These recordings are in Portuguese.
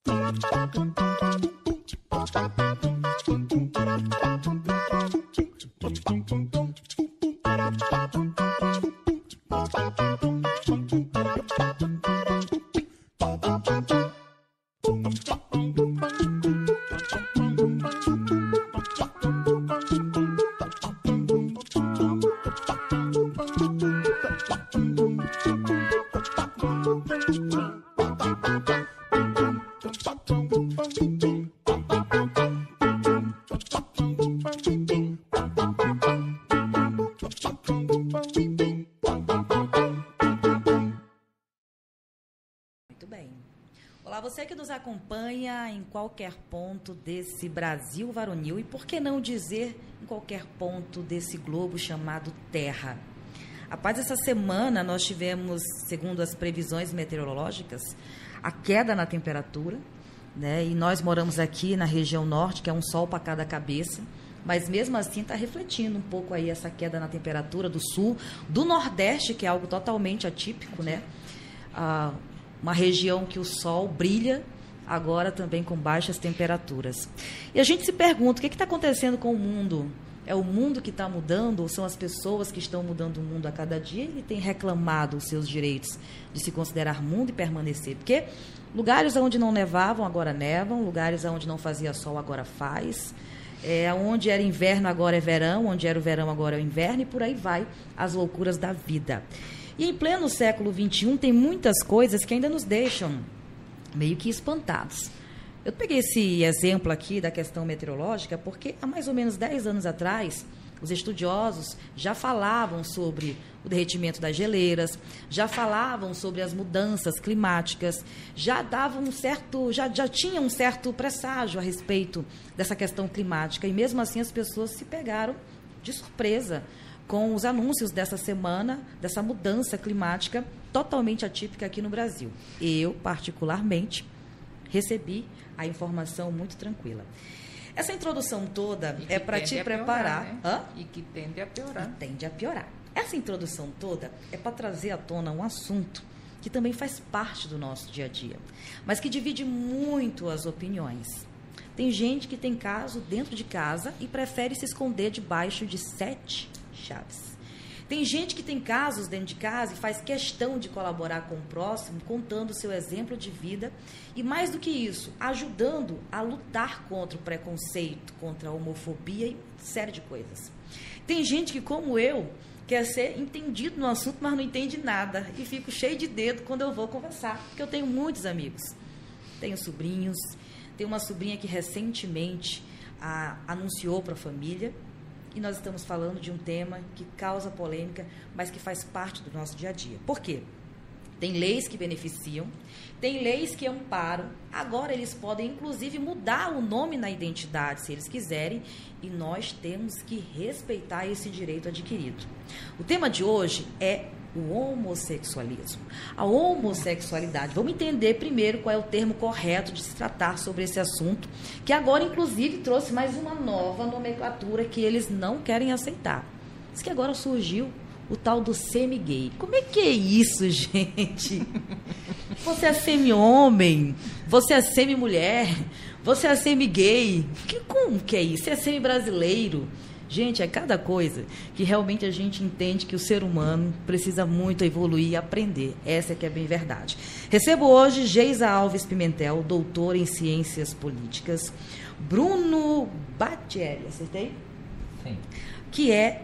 Você que nos acompanha em qualquer ponto desse Brasil varonil e, por que não dizer, em qualquer ponto desse globo chamado Terra. Após essa semana, nós tivemos, segundo as previsões meteorológicas, a queda na temperatura, né? E nós moramos aqui na região norte, que é um sol para cada cabeça, mas mesmo assim está refletindo um pouco aí essa queda na temperatura do sul, do nordeste, que é algo totalmente atípico, né? Uma região que o sol brilha, agora também com baixas temperaturas. E a gente se pergunta, o que está acontecendo com o mundo? É o mundo que está mudando ou são as pessoas que estão mudando o mundo a cada dia e têm reclamado os seus direitos de se considerar mundo e permanecer? Porque lugares onde não nevavam, agora nevam, lugares onde não fazia sol, agora faz. Onde era inverno, agora é verão, onde era o verão, agora é o inverno, e por aí vai as loucuras da vida. E em pleno século XXI tem muitas coisas que ainda nos deixam meio que espantados. Eu peguei esse exemplo aqui da questão meteorológica porque há mais ou menos 10 anos atrás, os estudiosos já falavam sobre o derretimento das geleiras, já falavam sobre as mudanças climáticas, já davam já tinham um certo presságio a respeito dessa questão climática. E mesmo assim as pessoas se pegaram de surpresa com os anúncios dessa semana, dessa mudança climática totalmente atípica aqui no Brasil. Eu, particularmente, recebi a informação muito tranquila. Essa introdução toda é para te preparar... Piorar, né? E que tende a piorar. E tende a piorar. Essa introdução toda é para trazer à tona um assunto que também faz parte do nosso dia a dia, mas que divide muito as opiniões. Tem gente que tem caso dentro de casa e prefere se esconder debaixo de 7 chaves. Tem gente que tem casos dentro de casa e faz questão de colaborar com o próximo, contando o seu exemplo de vida e, mais do que isso, ajudando a lutar contra o preconceito, contra a homofobia e uma série de coisas. Tem gente que, como eu, quer ser entendido no assunto, mas não entende nada e fico cheio de dedo quando eu vou conversar, porque eu tenho muitos amigos. Tenho sobrinhos, tenho uma sobrinha que recentemente anunciou para a família. E nós estamos falando de um tema que causa polêmica, mas que faz parte do nosso dia a dia. Por quê? Tem leis que beneficiam, tem leis que amparam. Agora eles podem, inclusive, mudar o nome na identidade, se eles quiserem, e nós temos que respeitar esse direito adquirido. O tema de hoje é o homossexualismo. A homossexualidade. Vamos entender primeiro qual é o termo correto de se tratar sobre esse assunto, que agora, inclusive, trouxe mais uma nova nomenclatura que eles não querem aceitar. Diz que agora surgiu o tal do semi-gay. Como é que é isso, gente? Você é semi-homem? Você é semi-mulher? Você é semi-gay? Como que é isso? Você é semi-brasileiro? Gente, é cada coisa que realmente a gente entende que o ser humano precisa muito evoluir e aprender. Essa é que é bem verdade. Recebo hoje Geisa Alves Pimentel, doutora em Ciências Políticas, Bruno Battieri, acertei? Sim. Que é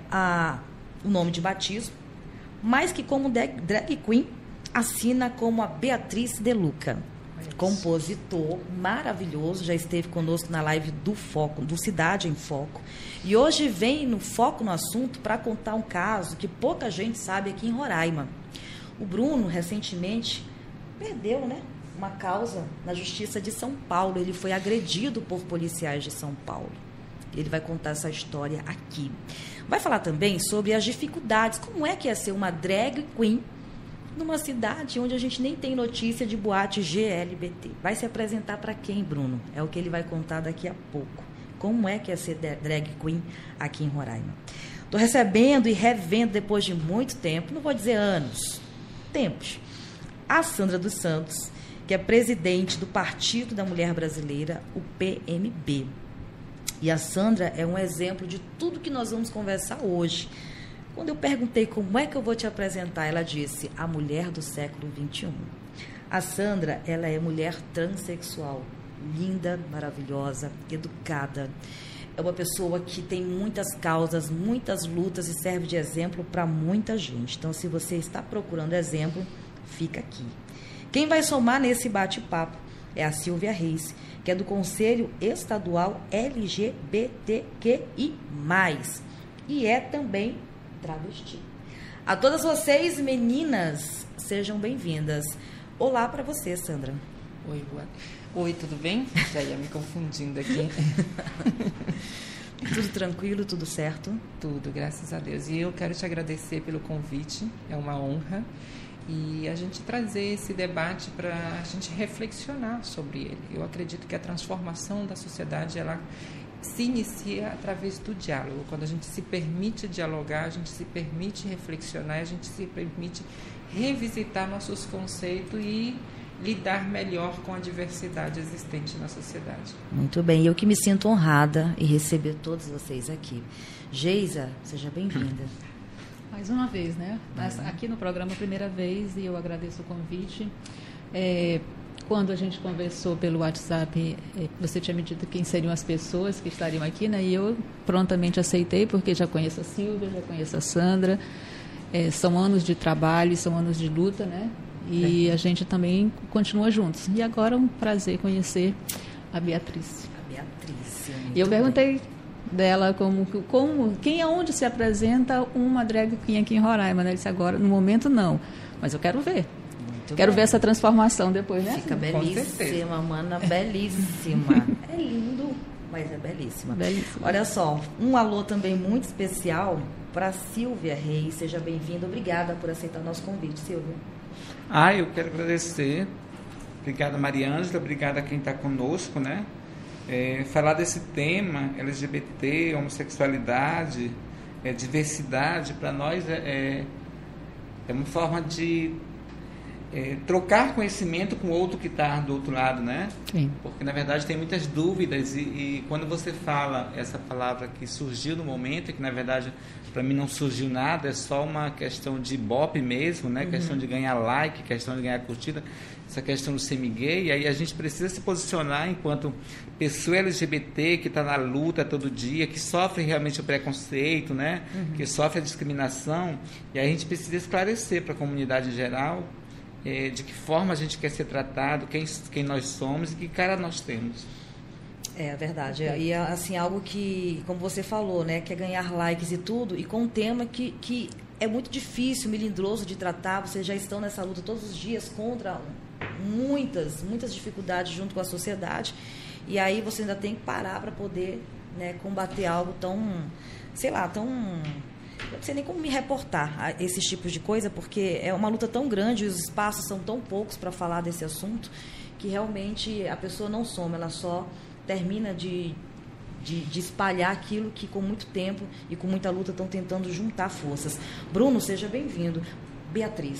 o nome de batismo, mas que como drag queen assina como a Beatriz De Luca. Compositor maravilhoso, já esteve conosco na live do Foco, do Cidade em Foco. E hoje vem no Foco no Assunto para contar um caso que pouca gente sabe aqui em Roraima. O Bruno, recentemente, perdeu, né, uma causa na Justiça de São Paulo. Ele foi agredido por policiais de São Paulo. Ele vai contar essa história aqui. Vai falar também sobre as dificuldades, como é que é ser uma drag queen numa cidade onde a gente nem tem notícia de boate GLBT. Vai se apresentar para quem, Bruno? É o que ele vai contar daqui a pouco. Como é que é ser drag queen aqui em Roraima? Estou recebendo e revendo depois de muito tempo, não vou dizer anos, tempos, a Sandra dos Santos, que é presidente do Partido da Mulher Brasileira, o PMB. E a Sandra é um exemplo de tudo que nós vamos conversar hoje. Quando eu perguntei como é que eu vou te apresentar, ela disse, a mulher do século XXI. A Sandra, ela é mulher transexual, linda, maravilhosa, educada. É uma pessoa que tem muitas causas, muitas lutas e serve de exemplo para muita gente. Então, se você está procurando exemplo, fica aqui. Quem vai somar nesse bate-papo é a Silvia Reis, que é do Conselho Estadual LGBTQI+, e é também travesti. A todas vocês, meninas, sejam bem-vindas. Olá para você, Sandra. Oi, Oi, tudo bem? Já ia me confundindo aqui. Tudo tranquilo, tudo certo? Tudo, graças a Deus. E eu quero te agradecer pelo convite, é uma honra. E a gente trazer esse debate para a gente reflexionar sobre ele. Eu acredito que a transformação da sociedade, ela se inicia através do diálogo. Quando a gente se permite dialogar, a gente se permite reflexionar, a gente se permite revisitar nossos conceitos e lidar melhor com a diversidade existente na sociedade. Muito bem, eu que me sinto honrada em receber todos vocês aqui. Geisa, seja bem-vinda. Mais uma vez, né? Aqui no programa, primeira vez, e eu agradeço o convite. Quando a gente conversou pelo WhatsApp, você tinha me dito quem seriam as pessoas que estariam aqui, né? E eu prontamente aceitei, porque já conheço a Silvia, já conheço a Sandra. São anos de trabalho, são anos de luta, né? E a gente também continua juntos. E agora é um prazer conhecer a Beatriz. A Beatriz. E eu perguntei dela quem aonde se apresenta uma drag queen aqui em Roraima, né? Ele disse agora, no momento não, mas eu quero ver. Quero ver essa transformação depois, né? Fica belíssima, mana, belíssima. É lindo, mas é belíssima. Belíssima. Olha só, um alô também muito especial para Silvia Reis. Seja bem-vinda. Obrigada por aceitar o nosso convite, Silvia. Eu quero agradecer. Obrigada, Mariângela. Obrigada a quem está conosco, né? Falar desse tema, LGBT, homossexualidade, diversidade, para nós é uma forma de trocar conhecimento com o outro que está do outro lado, né? Sim. Porque, na verdade, tem muitas dúvidas e quando você fala essa palavra que surgiu no momento, que, na verdade, para mim não surgiu nada, é só uma questão de ibope mesmo, né? Questão de ganhar like, questão de ganhar curtida, essa questão do semi-gay, e aí a gente precisa se posicionar enquanto pessoa LGBT que está na luta todo dia, que sofre realmente o preconceito, né? Que sofre a discriminação, e aí a gente precisa esclarecer para a comunidade em geral de que forma a gente quer ser tratado, quem nós somos e que cara nós temos. É verdade. E assim, algo que, como você falou, né, quer ganhar likes e tudo, e com um tema que é muito difícil, melindroso de tratar. Vocês já estão nessa luta todos os dias contra muitas dificuldades junto com a sociedade, e aí você ainda tem que parar para poder, né, combater algo tão, sei lá, tão... Eu não sei nem como me reportar a esses tipos de coisa, porque é uma luta tão grande, os espaços são tão poucos para falar desse assunto, que realmente a pessoa não soma, ela só termina de espalhar aquilo que com muito tempo e com muita luta estão tentando juntar forças. Bruno, seja bem-vindo. Beatriz.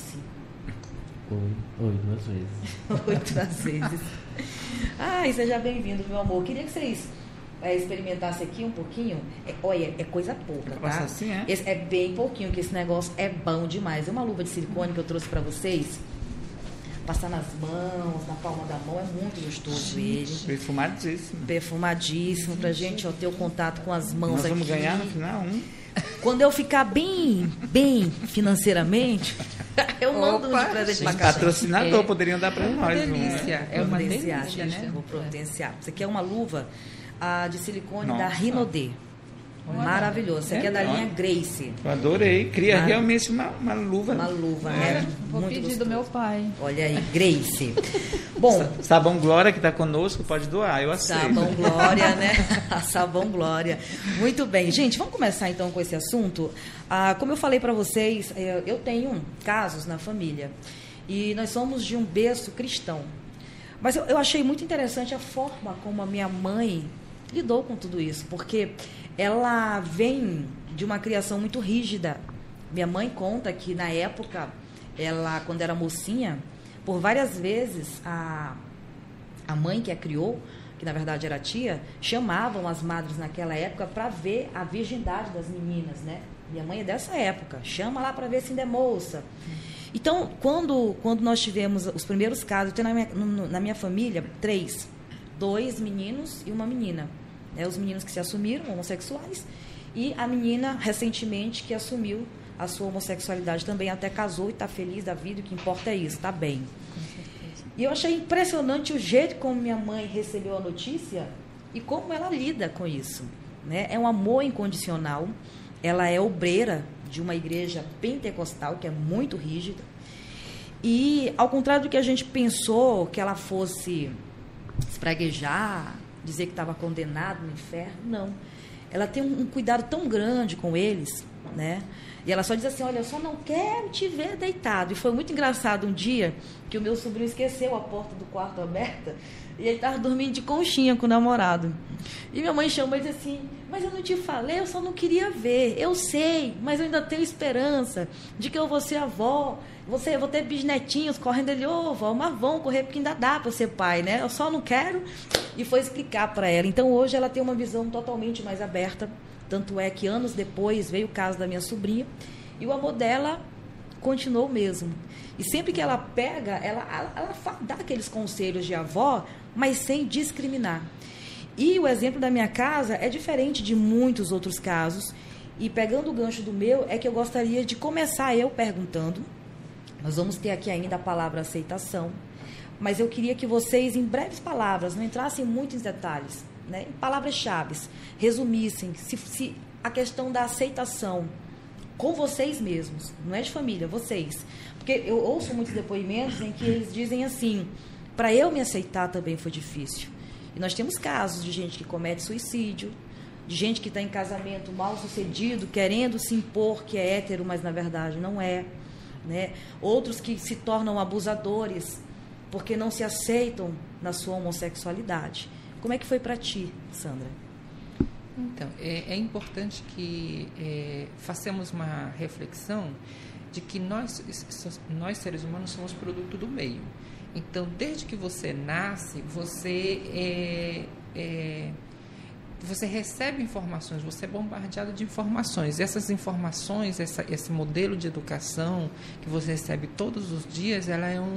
Oi, 2 vezes. Oi, 2 vezes. Ai, seja bem-vindo, meu amor. Queria que vocês experimentassem aqui um pouquinho. Olha, é coisa pouca, tá? Assim, é bem pouquinho, que esse negócio é bom demais. É uma luva de silicone que eu trouxe para vocês. Passar nas mãos, na palma da mão, é muito gostoso ele. Perfumadíssimo. Perfumadíssimo, pra gente ter o contato com as mãos. Nós vamos aqui. ganhar no final Quando eu ficar bem financeiramente, eu mando um de presente pra cá. Patrocinador, poderiam dar para nós. Delícia. É uma delícia, né? Vou providenciar. Isso aqui é uma luva de silicone da Nossa. Rinodê. Maravilhoso. Isso aqui é da linha Grace. Eu adorei. Cria realmente uma luva. Uma luva, né? Vou Muito pedir gostoso. do meu pai. Olha aí, Grace. Bom, Sabão Glória, que está conosco, pode doar, eu aceito. Sabão Glória, né? A Sabão Glória. Muito bem. Gente, vamos começar então com esse assunto. Como eu falei para vocês, eu tenho casos na família. E nós somos de um berço cristão. Mas eu achei muito interessante a forma como a minha mãe lidou com tudo isso. Porque ela vem de uma criação muito rígida. Minha mãe conta que na época, ela, quando era mocinha, por várias vezes, a mãe que a criou, que na verdade era a tia, chamavam as madres naquela época para ver a virgindade das meninas, né? Minha mãe é dessa época, chama lá para ver se ainda é moça. Então, quando nós tivemos os primeiros casos, eu tenho na minha família 2 meninos e uma menina. Né? Os meninos que se assumiram homossexuais e a menina, recentemente, que assumiu a sua homossexualidade também, até casou e está feliz da vida, o que importa é isso, está bem. E eu achei impressionante o jeito como minha mãe recebeu a notícia e como ela lida com isso. Né? É um amor incondicional. Ela é obreira de uma igreja pentecostal, que é muito rígida. E, ao contrário do que a gente pensou, que ela fosse espraguejar, dizer que estava condenado no inferno, não. Ela tem um cuidado tão grande com eles, né? E ela só diz assim, olha, eu só não quero te ver deitado. E foi muito engraçado um dia que o meu sobrinho esqueceu a porta do quarto aberta e ele estava dormindo de conchinha com o namorado. E minha mãe chamou e disse assim, mas eu não te falei, eu só não queria ver. Eu sei, mas eu ainda tenho esperança de que eu vou ser avó. Eu vou ter bisnetinhos correndo ali, vó, mas vão correr porque ainda dá para ser pai, né? Eu só não quero. E foi explicar para ela. Então, hoje ela tem uma visão totalmente mais aberta. Tanto é que anos depois veio o caso da minha sobrinha e o amor dela continuou mesmo. E sempre que ela pega, ela dá aqueles conselhos de avó, mas sem discriminar. E o exemplo da minha casa é diferente de muitos outros casos. E pegando o gancho do meu, é que eu gostaria de começar eu perguntando. Nós vamos ter aqui ainda a palavra aceitação, mas eu queria que vocês, em breves palavras, não entrassem muito em detalhes, né? Em palavras-chave, resumissem se a questão da aceitação com vocês mesmos, não é de família, vocês. Porque eu ouço muitos depoimentos em que eles dizem assim, para eu me aceitar também foi difícil. E nós temos casos de gente que comete suicídio, de gente que está em casamento mal sucedido, querendo se impor que é hétero, mas na verdade não é. Né? Outros que se tornam abusadores porque não se aceitam na sua homossexualidade. Como é que foi para ti, Sandra? Então, é importante que façamos uma reflexão de que nós seres humanos somos produto do meio. Então, desde que você nasce, você recebe informações, você é bombardeado de informações. Essas informações, esse modelo de educação que você recebe todos os dias, ela é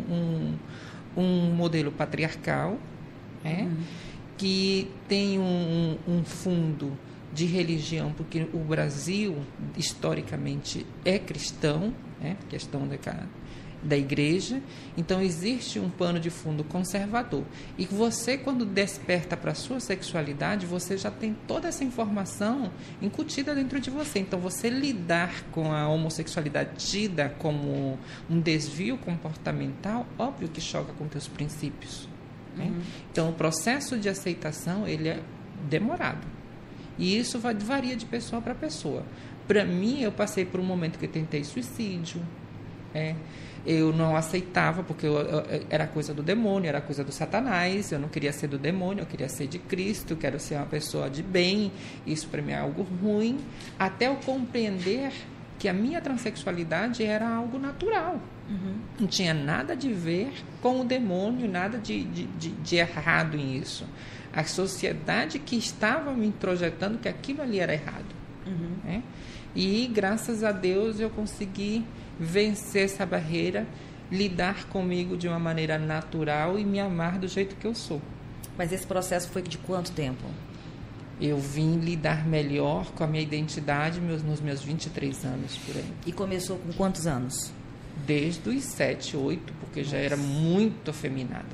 um modelo patriarcal, né? Que tem um fundo de religião, porque o Brasil, historicamente, é cristão, né? Questão da igreja, então existe um pano de fundo conservador. E você, quando desperta para a sua sexualidade, você já tem toda essa informação incutida dentro de você. Então, você lidar com a homossexualidade tida como um desvio comportamental, óbvio que choca com teus princípios. Né? Então, o processo de aceitação, ele é demorado. E isso varia de pessoa para pessoa. Para mim, eu passei por um momento que eu tentei suicídio, eu não aceitava, porque era coisa do demônio, era coisa do Satanás, eu não queria ser do demônio, eu queria ser de Cristo, quero ser uma pessoa de bem, isso para mim é algo ruim, até eu compreender que a minha transexualidade era algo natural. Não tinha nada de ver com o demônio, nada de errado nisso. A sociedade que estava me projetando que aquilo ali era errado. Né? E, graças a Deus, eu consegui vencer essa barreira, lidar comigo de uma maneira natural e me amar do jeito que eu sou. Mas esse processo foi de quanto tempo? Eu vim lidar melhor com a minha identidade nos meus 23 anos, por aí. E começou com quantos anos? Desde os 7, 8, porque já era muito afeminada.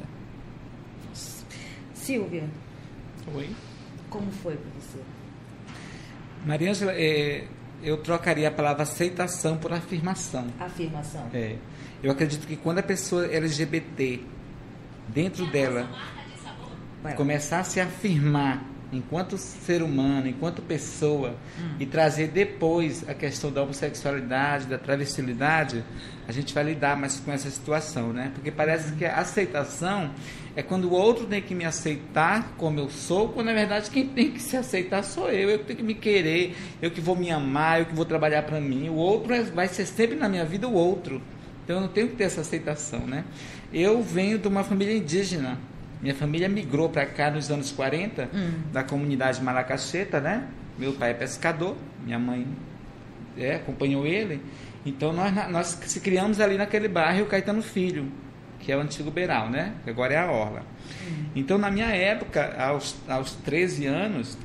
Silvia. Oi. Como foi para você? Maria Ângela, eu trocaria a palavra aceitação por afirmação. Afirmação. Eu acredito que quando a pessoa LGBT, dentro dela, começar a se afirmar enquanto ser humano, enquanto pessoa, e trazer depois a questão da homossexualidade, da travestilidade, a gente vai lidar mais com essa situação, né? Porque parece que a aceitação é quando o outro tem que me aceitar como eu sou, quando na verdade quem tem que se aceitar sou eu que tenho que me querer, eu que vou me amar, eu que vou trabalhar para mim. O outro vai ser sempre na minha vida o outro, Então eu não tenho que ter essa aceitação, né? Eu venho de uma família indígena. Minha família migrou para cá nos anos 40, da comunidade Malacacheta, né? Meu pai é pescador, minha mãe acompanhou ele. Então nós se criamos ali naquele bairro Caetano Filho, que é o antigo Beiral, né? Que agora é a Orla. Então na minha época, aos 13 anos,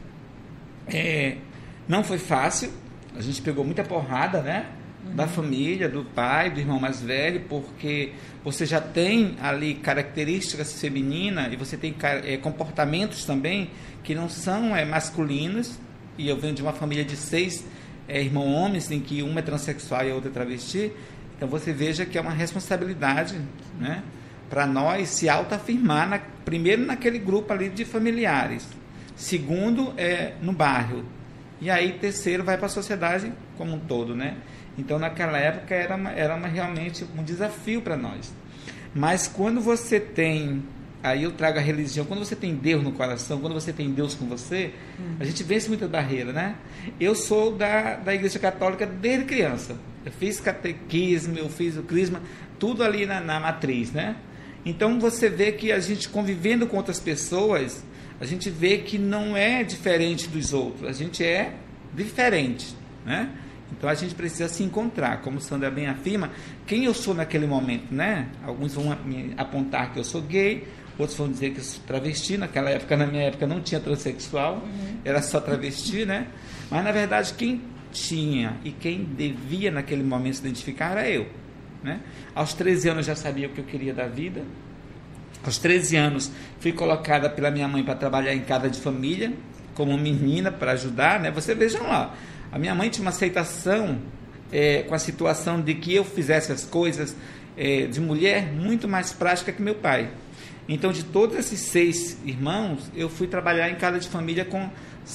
não foi fácil. A gente pegou muita porrada, né? Da família, do pai, do irmão mais velho, porque você já tem ali características femininas e você tem comportamentos também que não são masculinos. E eu venho de uma família de 6 irmãos homens, em que um é transexual e a outra é travesti. Então você veja que é uma responsabilidade, né, para nós se autoafirmar, primeiro naquele grupo ali de familiares, segundo no bairro, e aí terceiro vai para a sociedade como um todo, né? Então naquela época era realmente um desafio para nós. Mas quando você tem, aí eu trago a religião, quando você tem Deus no coração, quando você tem Deus com você, a gente vence muitas barreiras, né? Eu sou da Igreja Católica desde criança. Eu fiz catequismo, eu fiz o crisma, tudo ali na matriz, né? Então você vê que a gente convivendo com outras pessoas, a gente vê que não é diferente dos outros, a gente é diferente, né? Então a gente precisa se encontrar, como Sandra bem afirma, quem eu sou naquele momento, né? Alguns vão me apontar que eu sou gay, outros vão dizer que eu sou travesti. Na minha época não tinha transexual, era só travesti, né? Mas na verdade quem tinha e quem devia naquele momento se identificar era eu, né? Aos 13 anos já sabia o que eu queria da vida. Aos 13 anos fui colocada pela minha mãe para trabalhar em casa de família, como menina, para ajudar, né? Você vejam lá, a minha mãe tinha uma aceitação com a situação de que eu fizesse as coisas de mulher muito mais prática que meu pai. Então, de todos esses 6 irmãos, eu fui trabalhar em casa de família com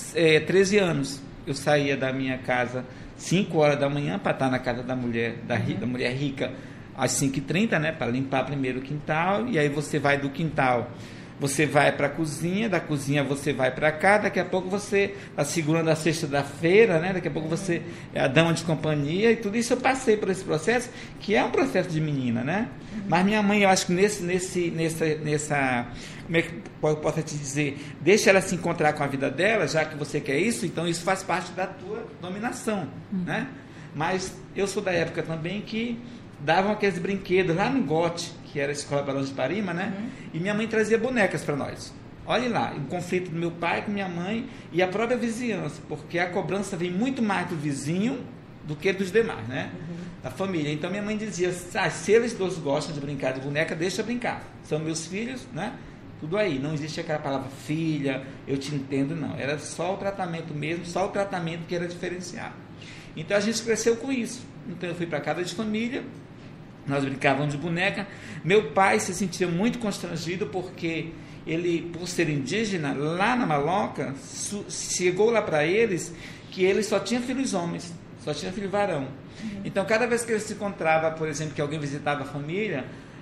13 anos. Eu saía da minha casa 5 horas da manhã para estar na casa da mulher, da mulher rica, às 5h30, né, para limpar primeiro o quintal, e aí você vai do quintal, você vai para a cozinha, da cozinha você vai para cá, daqui a pouco você está segurando a cesta da feira, né, daqui a pouco você é a dama de companhia, e tudo isso eu passei por esse processo, que é um processo de menina, né? Mas minha mãe, eu acho que nessa como é que eu posso te dizer, deixa ela se encontrar com a vida dela, já que você quer isso, então isso faz parte da tua dominação, né? Mas eu sou da época também que davam aqueles brinquedos lá no GOT, que era a Escola Barão de Parima, né? E minha mãe trazia bonecas para nós. Olhe lá, um conflito do meu pai com minha mãe e a própria vizinhança, porque a cobrança vem muito mais do vizinho do que dos demais, né? Da família. Então minha mãe dizia, se eles dois gostam de brincar de boneca, deixa brincar. São meus filhos, né? Tudo aí. Não existe aquela palavra filha, eu te entendo, não. Era só o tratamento mesmo, só o tratamento que era diferenciado. Então a gente cresceu com isso. Então eu fui para casa de família, nós brincávamos de boneca. Meu pai se sentia muito constrangido porque ele, por ser indígena, lá na Maloca, chegou lá para eles que ele só tinha filhos homens, só tinha filho varão. Então, cada vez que ele se encontrava, por exemplo, que alguém visitava a família,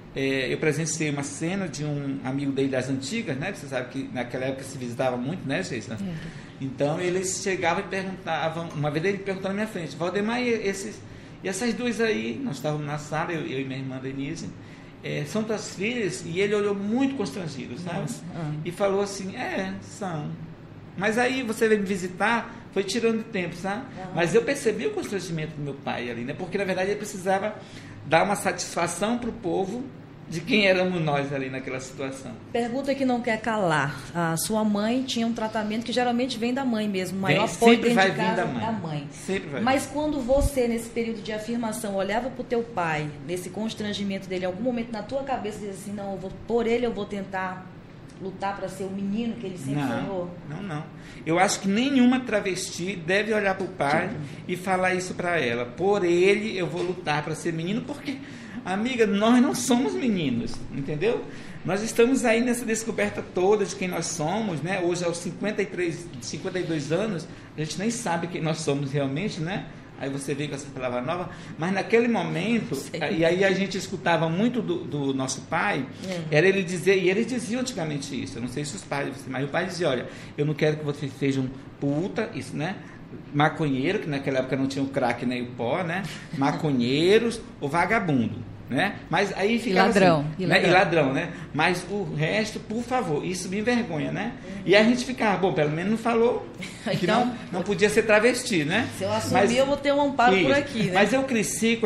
eu presenciei uma cena de um amigo dele das antigas, né? Você sabe que naquela época se visitava muito, né, Geisla? Então, eles chegavam e perguntavam, uma vez ele perguntou na minha frente, Valdemar, e essas duas aí, nós estávamos na sala, eu e minha irmã Denise, são tuas filhas? E ele olhou muito constrangido, sabe? E falou assim, são. Mas aí você veio me visitar, foi tirando tempo, sabe? Mas eu percebi o constrangimento do meu pai ali, né? Porque na verdade ele precisava dar uma satisfação para o povo de quem éramos nós ali naquela situação. Pergunta que não quer calar. A sua mãe tinha um tratamento que geralmente vem da mãe mesmo, o maior apoio dentro de casa da mãe. Sempre vai. Mas quando você, nesse período de afirmação, olhava para o teu pai, nesse constrangimento dele, em algum momento na tua cabeça dizia assim, não, por ele eu vou tentar lutar para ser o menino que ele sempre sonhou? Não. Eu acho que nenhuma travesti deve olhar para o pai e falar isso para ela. Por ele eu vou lutar para ser menino, porque, amiga, nós não somos meninos, entendeu? Nós estamos aí nessa descoberta toda de quem nós somos, né? Hoje, aos 52 anos, a gente nem sabe quem nós somos realmente, né? Aí você vê com essa palavra nova, mas naquele momento, e aí a gente escutava muito do nosso pai, era ele dizer, e eles diziam antigamente isso, eu não sei se os pais, mas o pai dizia, olha, eu não quero que vocês sejam puta, isso, né? Maconheiro, que naquela época não tinha o crack nem o pó, né? Maconheiros ou vagabundo. né? Mas aí fica ladrão, assim, e né? ladrão. E ladrão, né? Mas o resto, por favor, isso me envergonha, né? E a gente ficava, bom, pelo menos não falou que Então, não podia ser travesti, né? Se eu assumir, eu vou ter um amparo por aqui, né? Mas eu cresci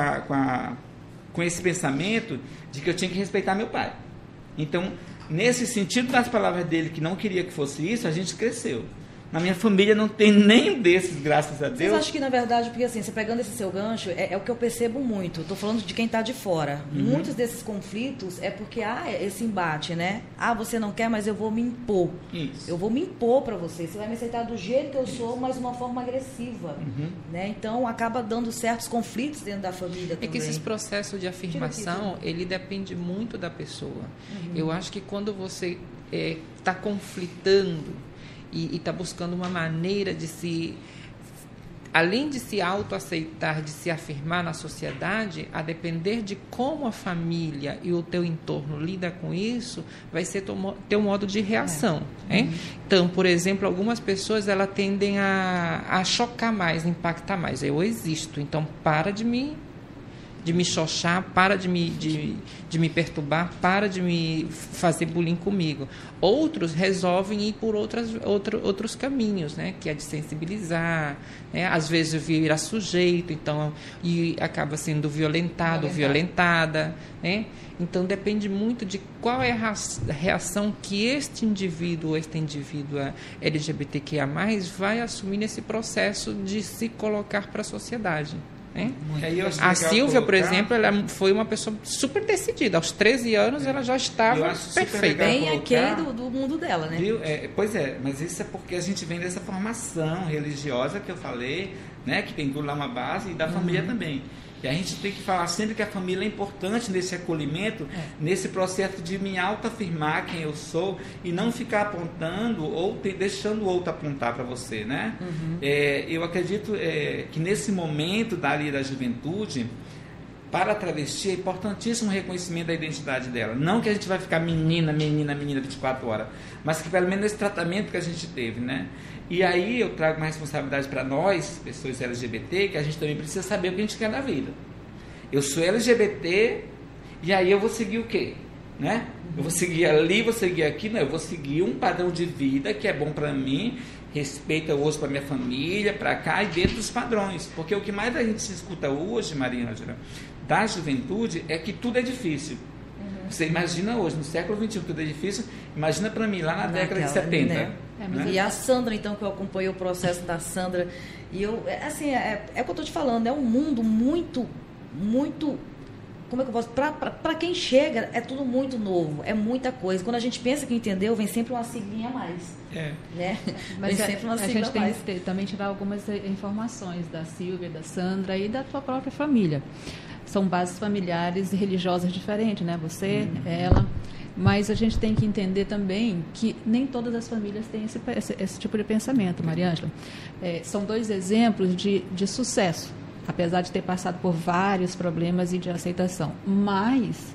com esse pensamento de que eu tinha que respeitar meu pai. Então, nesse sentido das palavras dele, que não queria que fosse isso, a gente cresceu. Na minha família não tem nem desses, graças a Deus. Vocês acham que, na verdade, porque assim, você pegando esse seu gancho, é o que eu percebo muito. Estou falando de quem está de fora. Muitos desses conflitos é porque há esse embate, né? Ah, você não quer, mas eu vou me impor. Isso. Eu vou me impor para você. Você vai me aceitar do jeito que eu sou, mas de uma forma agressiva. Né? Então, acaba dando certos conflitos dentro da família também. É que esses processos de afirmação, ele depende muito da pessoa. Eu acho que quando você está conflitando e está buscando uma maneira de se, além de se autoaceitar, de se afirmar na sociedade, a depender de como a família e o teu entorno lida com isso, vai ser teu modo de reação. Né? Então, por exemplo, algumas pessoas elas tendem a chocar mais, impactar mais. Eu existo, então para de me xoxar, para de me perturbar, para de me fazer bullying comigo. Outros resolvem ir por outros caminhos, né? Que é de sensibilizar, né? Às vezes virar sujeito, então, e acaba sendo violentado, violentada, né? Então depende muito de qual é a reação que este indivíduo LGBTQIA+, vai assumir nesse processo de se colocar para a sociedade. A Silvia, por exemplo, ela foi uma pessoa super decidida. Aos 13 anos, ela já estava perfeita. Bem aquém do mundo dela, né? Viu? Pois é, mas isso é porque a gente vem dessa formação religiosa que eu falei, né? Que tem tudo lá uma base, e da família também. E a gente tem que falar sempre que a família é importante nesse acolhimento, nesse processo de me autoafirmar quem eu sou e não ficar apontando ou deixando o outro apontar para você, né? Eu acredito que nesse momento da juventude, para a travesti é importantíssimo o reconhecimento da identidade dela. Não que a gente vai ficar menina 24 horas, mas que pelo menos esse tratamento que a gente teve, né? E aí eu trago uma responsabilidade para nós, pessoas LGBT, que a gente também precisa saber o que a gente quer da vida. Eu sou LGBT e aí eu vou seguir o quê? Né? Eu vou seguir ali, vou seguir aqui, não, eu vou seguir um padrão de vida que é bom para mim, respeito eu uso para minha família, para cá e dentro dos padrões. Porque o que mais a gente se escuta hoje, Maria Ângela, da juventude é que tudo é difícil. Você imagina hoje, no século XXI, tudo é difícil, imagina para mim lá na década de 70. Né? E a Sandra, então, que eu acompanhei o processo da Sandra, e eu, assim, é o que eu estou te falando, é um mundo muito, como é que eu posso, para quem chega, é tudo muito novo, é muita coisa. Quando a gente pensa que entendeu, vem sempre uma siglinha a mais. Né? Mas vem sempre uma sigla a gente a mais. tem que também tirar algumas informações da Silvia, da Sandra e da tua própria família. São bases familiares e religiosas diferentes, né? Você, ela. Mas a gente tem que entender também que nem todas as famílias têm esse tipo de pensamento, Maria Ângela. São dois exemplos de sucesso, apesar de ter passado por vários problemas e de aceitação. Mas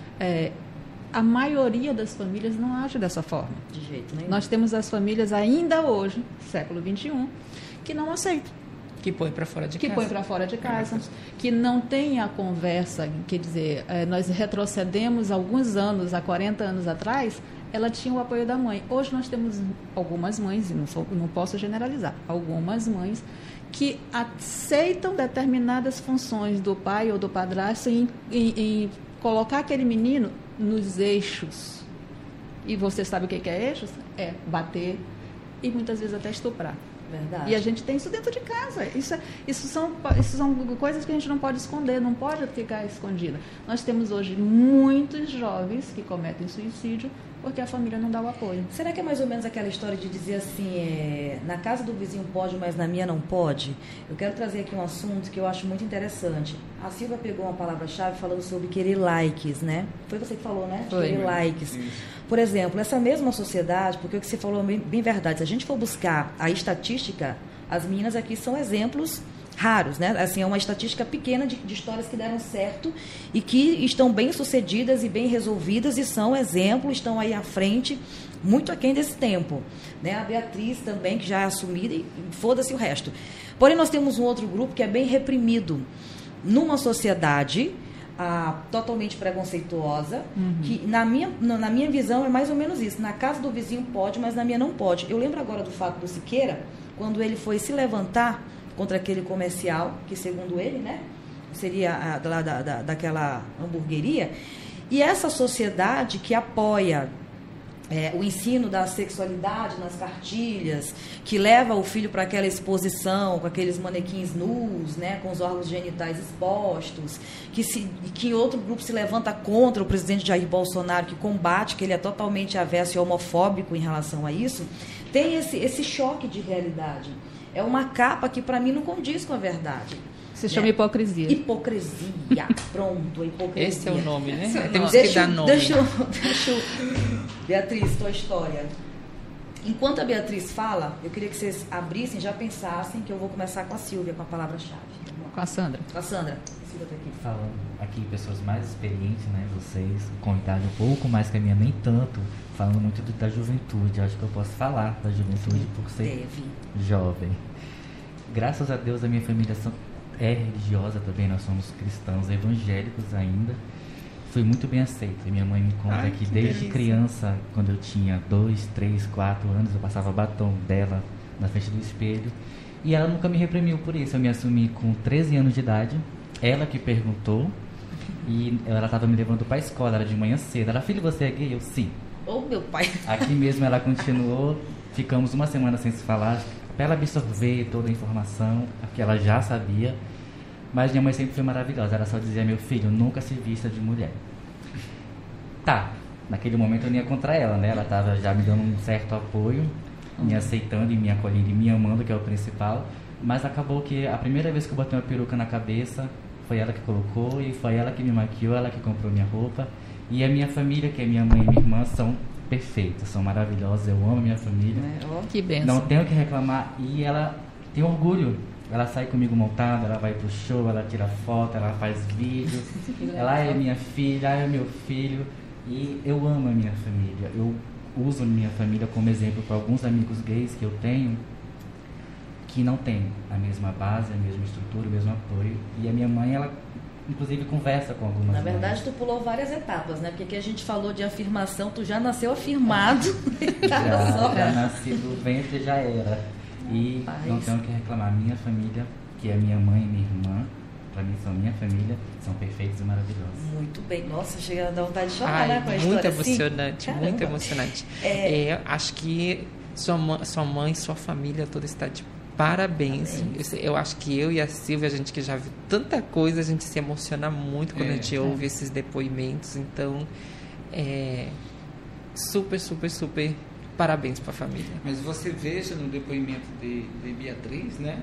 a maioria das famílias não age dessa forma. De jeito nenhum. Nós temos as famílias ainda hoje, século XXI, que não aceitam. Que põe para fora de casa. Que põe para fora de casa, que não tem a conversa, quer dizer, nós retrocedemos alguns anos, há 40 anos atrás, ela tinha o apoio da mãe. Hoje nós temos algumas mães, e não posso generalizar, algumas mães que aceitam determinadas funções do pai ou do padrasto em colocar aquele menino nos eixos. E você sabe o que é eixos? É bater e muitas vezes até estuprar. Verdade. E a gente tem isso dentro de casa. Isso são coisas que a gente não pode esconder, não pode ficar escondida. Nós temos hoje muitos jovens que cometem suicídio porque a família não dá o apoio. Será que é mais ou menos aquela história de dizer assim, na casa do vizinho pode, mas na minha não pode? Eu quero trazer aqui um assunto que eu acho muito interessante. A Silvia pegou uma palavra-chave falando sobre querer likes, né? Foi você que falou, né? Foi. Querer likes. Por exemplo, essa mesma sociedade, porque o que você falou é bem verdade, se a gente for buscar a estatística, as meninas aqui são exemplos raros, né? Assim, é uma estatística pequena de histórias que deram certo e que estão bem sucedidas e bem resolvidas e são exemplos, estão aí à frente, muito aquém desse tempo, né? A Beatriz também, que já é assumida e foda-se o resto. Porém, nós temos um outro grupo que é bem reprimido. Numa sociedade totalmente preconceituosa, que na minha visão é mais ou menos isso. Na casa do vizinho pode, mas na minha não pode. Eu lembro agora do fato do Siqueira, quando ele foi se levantar contra aquele comercial, que segundo ele, né, seria daquela hamburgueria, e essa sociedade que apoia o ensino da sexualidade nas cartilhas, que leva o filho para aquela exposição com aqueles manequins nus, né, com os órgãos genitais expostos, que outro grupo se levanta contra o presidente Jair Bolsonaro, que combate, que ele é totalmente avesso e homofóbico em relação a isso, tem esse choque de realidade. É uma capa que para mim não condiz com a verdade. Se chama hipocrisia. Hipocrisia. Pronto, a hipocrisia. Esse é o nome, né? Temos que dar nome. Deixa eu... Beatriz, tua história. Enquanto a Beatriz fala, eu queria que vocês abrissem, já pensassem que eu vou começar com a Sílvia, com a palavra-chave. Com a Sandra. Com a Sandra. Sílvia tá aqui. Falando aqui, pessoas mais experientes, né? Vocês, convidado um pouco mais que a minha, nem tanto. Falando muito da juventude. Acho que eu posso falar da juventude por ser jovem. Graças a Deus, a minha família é religiosa também, nós somos cristãos evangélicos ainda. Fui muito bem aceito. Minha mãe me conta que desde criança, quando eu tinha 2, 3, 4 anos, eu passava batom dela na frente do espelho. E ela nunca me reprimiu por isso. Eu me assumi com 13 anos de idade. Ela que perguntou. E ela estava me levando para a escola, era de manhã cedo. Ela, filho, você é gay? Eu, sim. Ô, meu pai. Aqui mesmo ela continuou. Ficamos uma semana sem se falar, para ela absorver toda a informação, que ela já sabia. Mas minha mãe sempre foi maravilhosa. Ela só dizia, meu filho, nunca se vista de mulher. Tá, naquele momento eu não ia contra ela, né? Ela estava já me dando um certo apoio, me aceitando e me acolhendo e me amando, que é o principal. Mas acabou que a primeira vez que eu botei uma peruca na cabeça, foi ela que colocou e foi ela que me maquiou, ela que comprou minha roupa. E a minha família, que é minha mãe e minha irmã, são perfeitas, são maravilhosas. Eu amo minha família. Que bênção. Não tenho o que reclamar. E ela tem orgulho. Ela sai comigo montada, ela vai pro show, ela tira foto, ela faz vídeo. Ela é minha filha, é meu filho. E eu amo a minha família. Eu uso a minha família como exemplo para alguns amigos gays que eu tenho, que não têm a mesma base, a mesma estrutura, o mesmo apoio. E a minha mãe, ela inclusive conversa com algumas Na verdade, tu pulou várias etapas, né? Porque aqui a gente falou de afirmação, tu já nasceu afirmado. já nasci do ventre, já era. E não tenho o que reclamar. Minha família, que é minha mãe e minha irmã, para mim são minha família, são perfeitos e maravilhosos. Muito bem. Nossa, chega a dar vontade de chorar, né? Com a muito história emocionante, assim. muito emocionante. Acho que sua mãe, sua família toda está de parabéns. Eu acho que eu e a Sílvia, a gente que já viu tanta coisa, a gente se emociona muito quando a gente ouve esses depoimentos. Então, super, super, super parabéns para a família. Mas você veja no depoimento de Beatriz, né?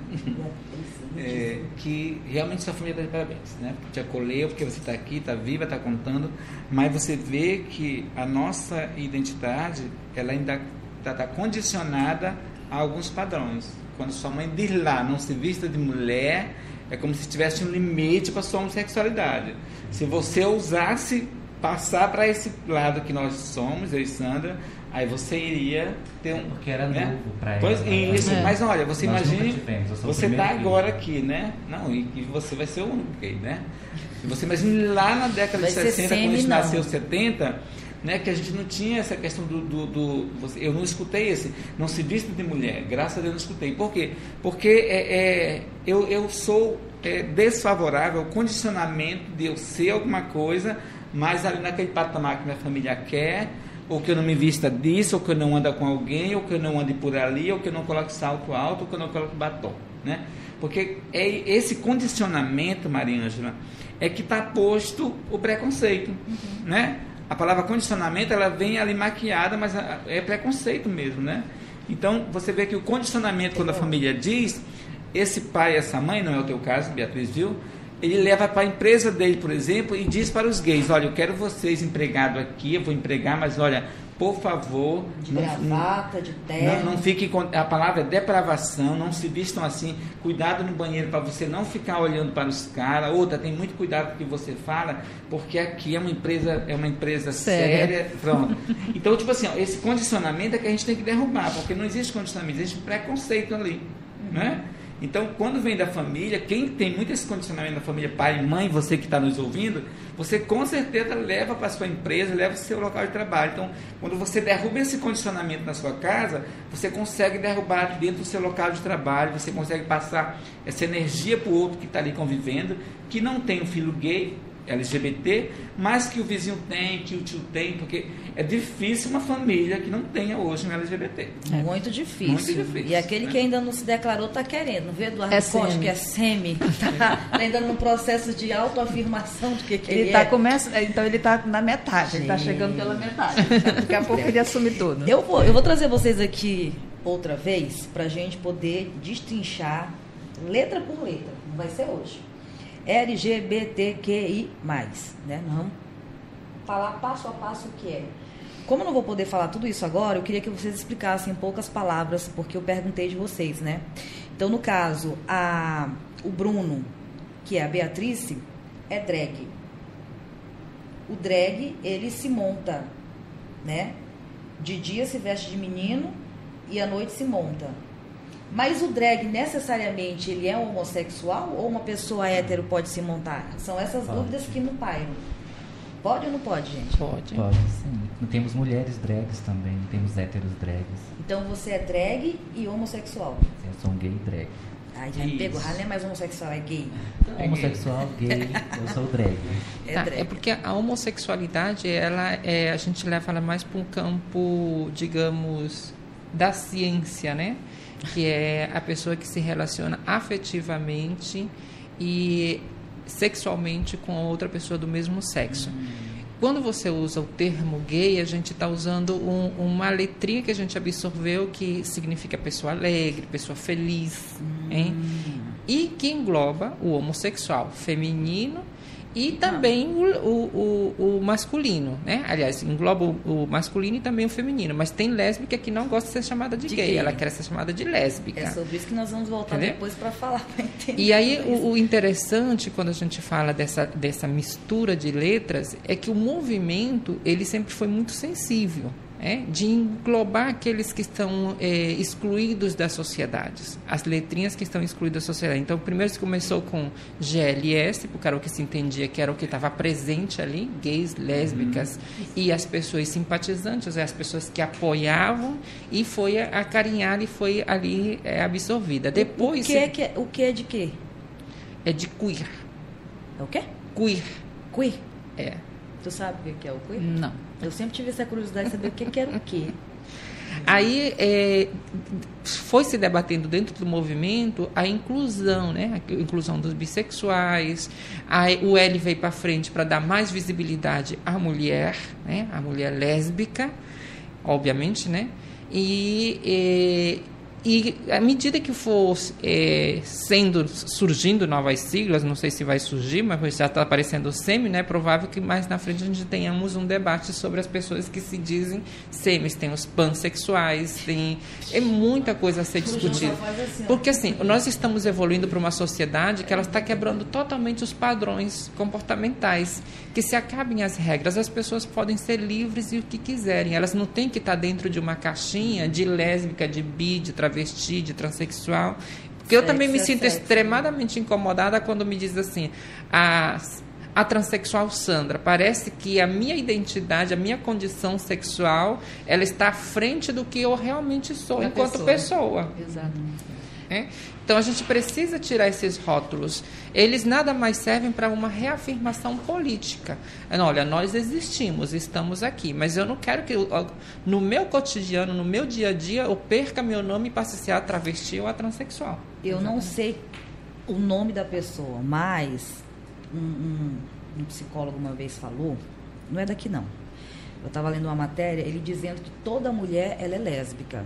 Que realmente sua família está de parabéns, né? Porque te acolheu, porque você está aqui, está viva, está contando. Mas você vê que a nossa identidade, ela ainda está condicionada a alguns padrões. Quando sua mãe diz lá, não se vista de mulher, é como se tivesse um limite para sua homossexualidade. Se você ousasse passar para esse lado que nós somos, eu e Sandra, aí você iria ter um... Porque era novo para ela. Pois, isso, mas olha, você imagine, você está agora filho. Aqui, né? Não, e você vai ser o único gay, né? E você imagine lá na década de 60, quando a gente nasceu, 70... Né, que a gente não tinha essa questão eu não escutei não se vista de mulher, graças a Deus não escutei. Por quê? Porque eu sou desfavorável ao condicionamento de eu ser alguma coisa, mas ali naquele patamar que minha família quer, ou que eu não me vista disso, ou que eu não ando com alguém, ou que eu não ande por ali, ou que eu não coloque salto alto, ou que eu não coloque batom, né? Porque esse condicionamento, Maria Ângela, é que está posto o preconceito, né? A palavra condicionamento, ela vem ali maquiada, mas é preconceito mesmo, né? Então, você vê que o condicionamento, quando a família diz, esse pai, essa mãe, não é o teu caso, Beatriz, viu? Ele leva para a empresa dele, por exemplo, e diz para os gays, olha, eu quero vocês empregados aqui, eu vou empregar, mas olha, por favor... De gravata, de terno. Não fique com... A palavra é depravação, não se vistam assim, cuidado no banheiro para você não ficar olhando para os caras, outra, tem muito cuidado com o que você fala, porque aqui é uma empresa séria. Pronto. Então, tipo assim, ó, esse condicionamento é que a gente tem que derrubar, porque não existe condicionamento, existe preconceito ali, né? Então, quando vem da família, quem tem muito esse condicionamento da família, pai e mãe, você que está nos ouvindo, você com certeza leva para a sua empresa, leva para o seu local de trabalho. Então, quando você derruba esse condicionamento na sua casa, você consegue derrubar dentro do seu local de trabalho, você consegue passar essa energia para o outro que está ali convivendo, que não tem um filho gay, LGBT, mas que o vizinho tem, que o tio tem, porque é difícil uma família que não tenha hoje um LGBT. Muito difícil. Muito difícil. E aquele que ainda não se declarou está querendo. Vê Eduardo É Costa, semi. que é semi, está ainda num processo de autoafirmação do que Ele é. Então ele está na metade, ele está chegando pela metade. Daqui a pouco ele assume tudo. Eu vou trazer vocês aqui outra vez para a gente poder destrinchar letra por letra. Não vai ser hoje. LGBTQI+, né? Não. Falar passo a passo o que é. Como eu não vou poder falar tudo isso agora, eu queria que vocês explicassem em poucas palavras, porque eu perguntei de vocês, né? Então, no caso, o Bruno, que é a Beatrice, é drag. O drag, ele se monta, né? De dia se veste de menino e à noite se monta. Mas o drag, necessariamente, ele é homossexual ou uma pessoa hétero pode se montar? São essas dúvidas que não pairam. Pode ou não pode, gente? Pode. Pode, sim. Não temos mulheres drags também, não temos héteros drags. Então você é drag e homossexual. Eu sou um gay drag. Ai, já me pegou. Já não é mais homossexual, é gay. Homossexual, gay, eu sou drag. É porque a homossexualidade, a gente leva ela mais para um campo, digamos, da ciência, né? Que é a pessoa que se relaciona afetivamente e sexualmente com outra pessoa do mesmo sexo. Quando você usa o termo gay, a gente está usando uma letrinha que a gente absorveu que significa pessoa alegre, pessoa feliz, hein? E que engloba o homossexual feminino e também o masculino, né? Aliás, engloba o masculino e também o feminino. Mas tem lésbica que não gosta de ser chamada de gay. Ela quer ser chamada de lésbica. É sobre isso que nós vamos voltar depois para falar, para entender. E aí, o interessante, quando a gente fala dessa mistura de letras, é que o movimento, ele sempre foi muito sensível. De englobar aqueles que estão excluídos das sociedades, as letrinhas que estão excluídas da sociedade. Então, primeiro se começou com GLS, porque era o que se entendia que era o que estava presente ali, gays, lésbicas, e as pessoas simpatizantes, as pessoas que apoiavam, e foi acarinhada e foi ali absorvida. Depois, o que é de quê? É de queer. É o quê? Queer. Queer? É. Tu sabe o que é o queer? Não. Eu sempre tive essa curiosidade de saber o que era o quê. Aí foi se debatendo dentro do movimento a inclusão, né? A inclusão dos bissexuais. O L veio para frente para dar mais visibilidade à mulher, né? A mulher lésbica, obviamente, né? E à medida que for surgindo novas siglas, não sei se vai surgir, mas já está aparecendo o semi, né? É provável que mais na frente a gente tenhamos um debate sobre as pessoas que se dizem semis. Tem os pansexuais, é muita coisa a ser discutida. Porque assim, nós estamos evoluindo para uma sociedade que ela está quebrando totalmente os padrões comportamentais, que se acabem as regras, as pessoas podem ser livres e o que quiserem. Elas não têm que estar dentro de uma caixinha de lésbica, de bi, de travesti, de transexual. Porque eu também me sinto extremadamente incomodada quando me diz assim, a transexual Sandra, parece que a minha identidade, a minha condição sexual, ela está à frente do que eu realmente sou enquanto pessoa. Exato. Então a gente precisa tirar esses rótulos. Eles nada mais servem para uma reafirmação política. Olha, nós existimos, estamos aqui, mas eu não quero que no meu cotidiano, no meu dia a dia, eu perca meu nome e passe a ser a travesti ou a transexual. Eu não sei o nome da pessoa, mas um psicólogo uma vez falou, não é daqui não, eu estava lendo uma matéria, ele dizendo que toda mulher ela é lésbica,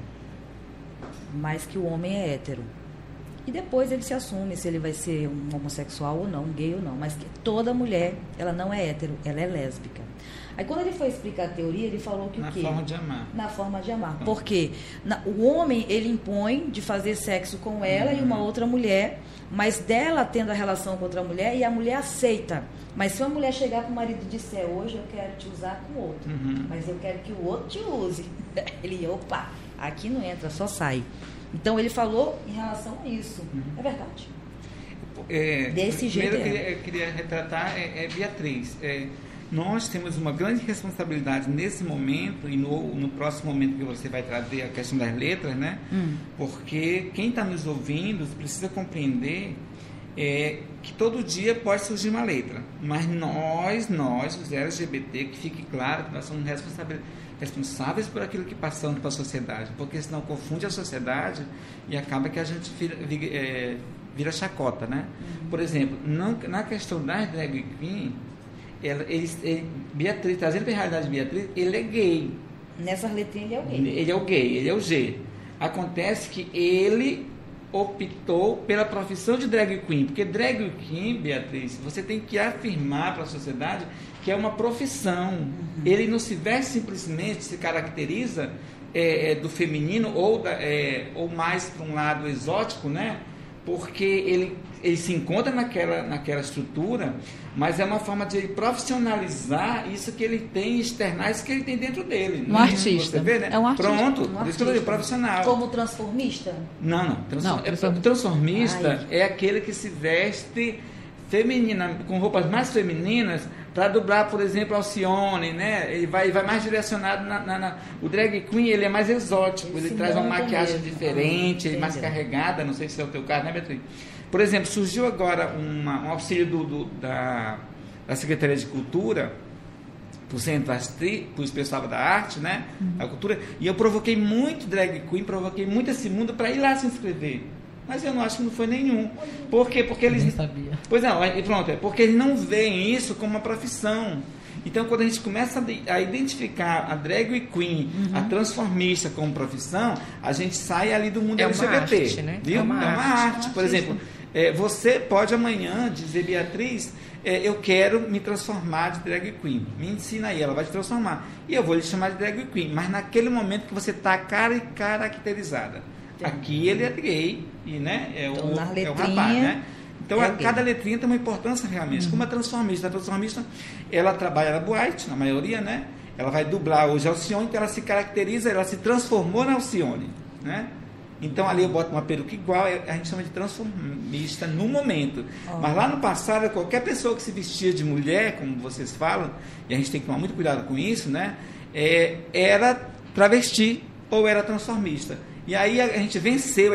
mas que o homem é hétero. E depois ele se assume se ele vai ser um homossexual ou não, um gay ou não, mas que toda mulher, ela não é hétero, ela é lésbica. Aí quando ele foi explicar a teoria, ele falou que o quê? Na forma de amar. Na forma de amar. Porque o homem, ele impõe de fazer sexo com ela e uma outra mulher, mas dela tendo a relação com outra mulher, e a mulher aceita. Mas se uma mulher chegar para o marido e disser, hoje eu quero te usar com o outro, mas eu quero que o outro te use. Ele, opa, aqui não entra, só sai. Então, ele falou em relação a isso. É verdade? Desse jeito. Primeiro, eu queria retratar Beatriz. Nós temos uma grande responsabilidade nesse momento e no próximo momento que você vai trazer a questão das letras, né? Porque quem está nos ouvindo precisa compreender que todo dia pode surgir uma letra, mas nós, os LGBT, que fique claro que nós somos responsáveis por aquilo que passamos para a sociedade, porque senão confunde a sociedade e acaba que a gente vira chacota, né? Por exemplo, na questão das drag queen, Beatriz, trazendo para a realidade de Beatriz, ele é gay. Nessas letrinhas ele é o gay. Ele é o gay, ele é o G. Acontece que ele optou pela profissão de drag queen, porque drag queen, Beatriz, você tem que afirmar para a sociedade que é uma profissão. Ele não se veste simplesmente, se caracteriza do feminino ou mais para um lado exótico, né? Porque ele se encontra naquela estrutura, mas é uma forma de ele profissionalizar isso que ele tem, externar isso que ele tem dentro dele. Um artista. Você vê, né? É um artista. Pronto, por isso que eu digo, profissional. Como transformista? Não. Transformista é aquele que se veste feminina, com roupas mais femininas, para dublar, por exemplo, Alcione, né? Ele vai mais direcionado o drag queen, ele é mais exótico, ele traz uma maquiagem diferente, ele mais carregada, não sei se é o teu caso, né, Beatriz? Por exemplo, surgiu agora um auxílio da Secretaria de Cultura para o Centro para o pessoal da arte, né? Da cultura, e eu provoquei muito drag queen, provoquei muito esse mundo para ir lá se inscrever. Mas eu não acho que não foi nenhum. Por quê? Porque eles... Nem sabia. Pois não, pronto, porque eles não veem isso como uma profissão. Então, quando a gente começa a identificar a drag queen, a transformista como profissão, a gente sai ali do mundo LGBT. Arte, né? Viu? É uma arte. Por exemplo, você pode amanhã dizer, Beatriz, eu quero me transformar de drag queen. Me ensina aí, ela vai te transformar. E eu vou lhe chamar de drag queen. Mas naquele momento que você está caracterizada. Aqui ele é gay, e, né, é o rapaz, né? Então, cada letrinha tem uma importância realmente. Como a transformista. A transformista, ela trabalha na boate, na maioria, né? Ela vai dublar hoje a Alcione, então ela se caracteriza, ela se transformou na Alcione, né? Então, ali eu boto uma peruca igual, a gente chama de transformista no momento. Mas lá no passado, qualquer pessoa que se vestia de mulher, como vocês falam, e a gente tem que tomar muito cuidado com isso, né? Era travesti ou era transformista. E aí a gente venceu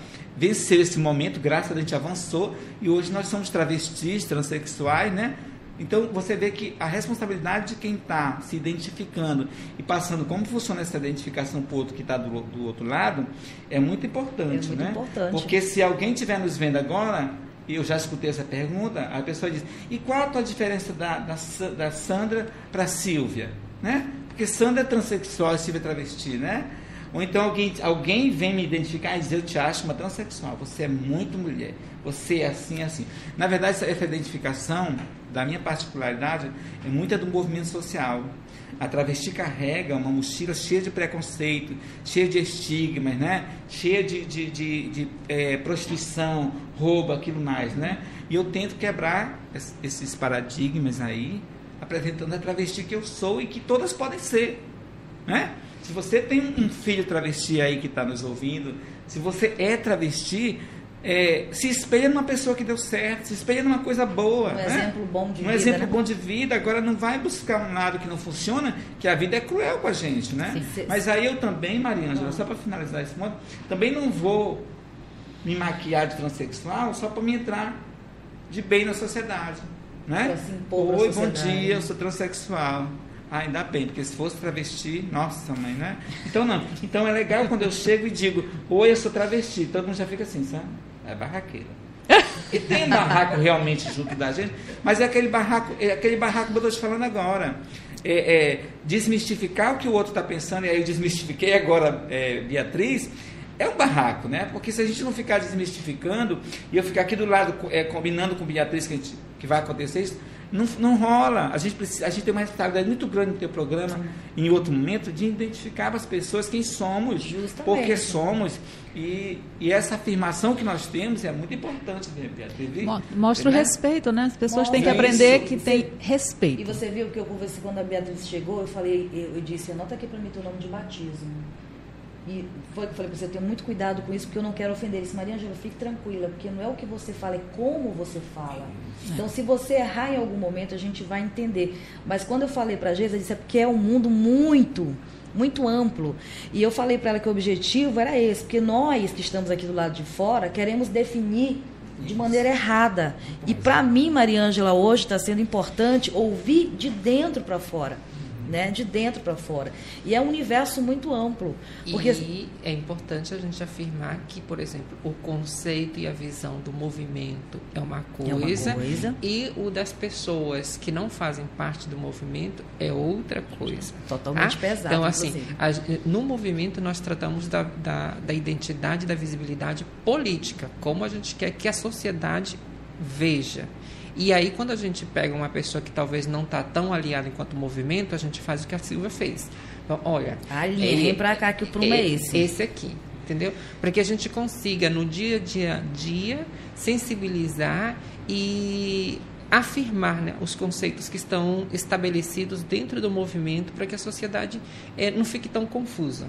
esse momento, graças a Deus a gente avançou, e hoje nós somos travestis, transexuais, né? Então você vê que a responsabilidade de quem está se identificando e passando como funciona essa identificação para o outro que está do outro lado, é muito importante, né? Importante. Porque se alguém estiver nos vendo agora, e eu já escutei essa pergunta, a pessoa diz, e qual a tua diferença da Sandra para a Silvia? Né? Porque Sandra é transexual e Silvia é travesti, né? Ou então alguém vem me identificar e dizer, eu te acho uma transexual, você é muito mulher, você é assim, assim. Na verdade, essa identificação, da minha particularidade, é muita do movimento social. A travesti carrega uma mochila cheia de preconceito, cheia de estigmas, né? Cheia de prostituição, roubo, aquilo mais, né? E eu tento quebrar esses paradigmas aí, apresentando a travesti que eu sou e que todas podem ser, né? Se você tem um filho travesti aí que está nos ouvindo, se você é travesti, se espelha numa pessoa que deu certo, se espelha numa coisa boa. Um exemplo bom de vida. Um exemplo bom de vida. Agora não vai buscar um lado que não funciona, que a vida é cruel com a gente, né? Sim. Mas aí eu também, Mariângela, só para finalizar esse ponto, também não vou me maquiar de transexual só para me entrar de bem na sociedade, né? Oi, bom dia, eu sou transexual. Ainda bem, porque se fosse travesti, nossa mãe, né? Então não. Então é legal quando eu chego e digo, oi, eu sou travesti. Todo mundo já fica assim, sabe? É barraqueira. E tem barraco realmente junto da gente, mas é aquele barraco que eu estou te falando agora. Desmistificar o que o outro está pensando, e aí eu desmistifiquei agora, Beatriz, é um barraco, né? Porque se a gente não ficar desmistificando, e eu ficar aqui do lado combinando com Beatriz que vai acontecer isso, não rola. A gente tem uma responsabilidade muito grande no teu programa, em outro momento, de identificar as pessoas quem somos, justamente. Porque somos, e essa afirmação que nós temos é muito importante, Beatriz. Mostra o respeito, né? As pessoas têm que aprender que tem respeito. E você viu que eu conversei quando a Beatriz chegou, eu disse, anota aqui para mim teu nome de batismo. E falei para você, eu tenho muito cuidado com isso, porque eu não quero ofender. Ele disse, Maria Ângela, fique tranquila, porque não é o que você fala, é como você fala. Então, se você errar em algum momento, a gente vai entender. Mas quando eu falei para a Geisa, eu disse, é porque é um mundo muito amplo. E eu falei para ela que o objetivo era esse, porque nós que estamos aqui do lado de fora, queremos definir de maneira errada. E para mim, Maria Ângela, hoje está sendo importante ouvir de dentro para fora. Né, de dentro para fora. E é um universo muito amplo. Porque... E é importante a gente afirmar que, por exemplo, o conceito e a visão do movimento é uma coisa, e o das pessoas que não fazem parte do movimento é outra coisa. Totalmente pesado. Então, assim, no movimento nós tratamos da identidade, da visibilidade política, como a gente quer que a sociedade veja. E aí, quando a gente pega uma pessoa que talvez não está tão aliada enquanto movimento, a gente faz o que a Silvia fez. Então, olha... vem para cá que o prumo é esse. Esse aqui, entendeu? Para que a gente consiga, no dia a dia, sensibilizar e afirmar, né, os conceitos que estão estabelecidos dentro do movimento, para que a sociedade não fique tão confusa.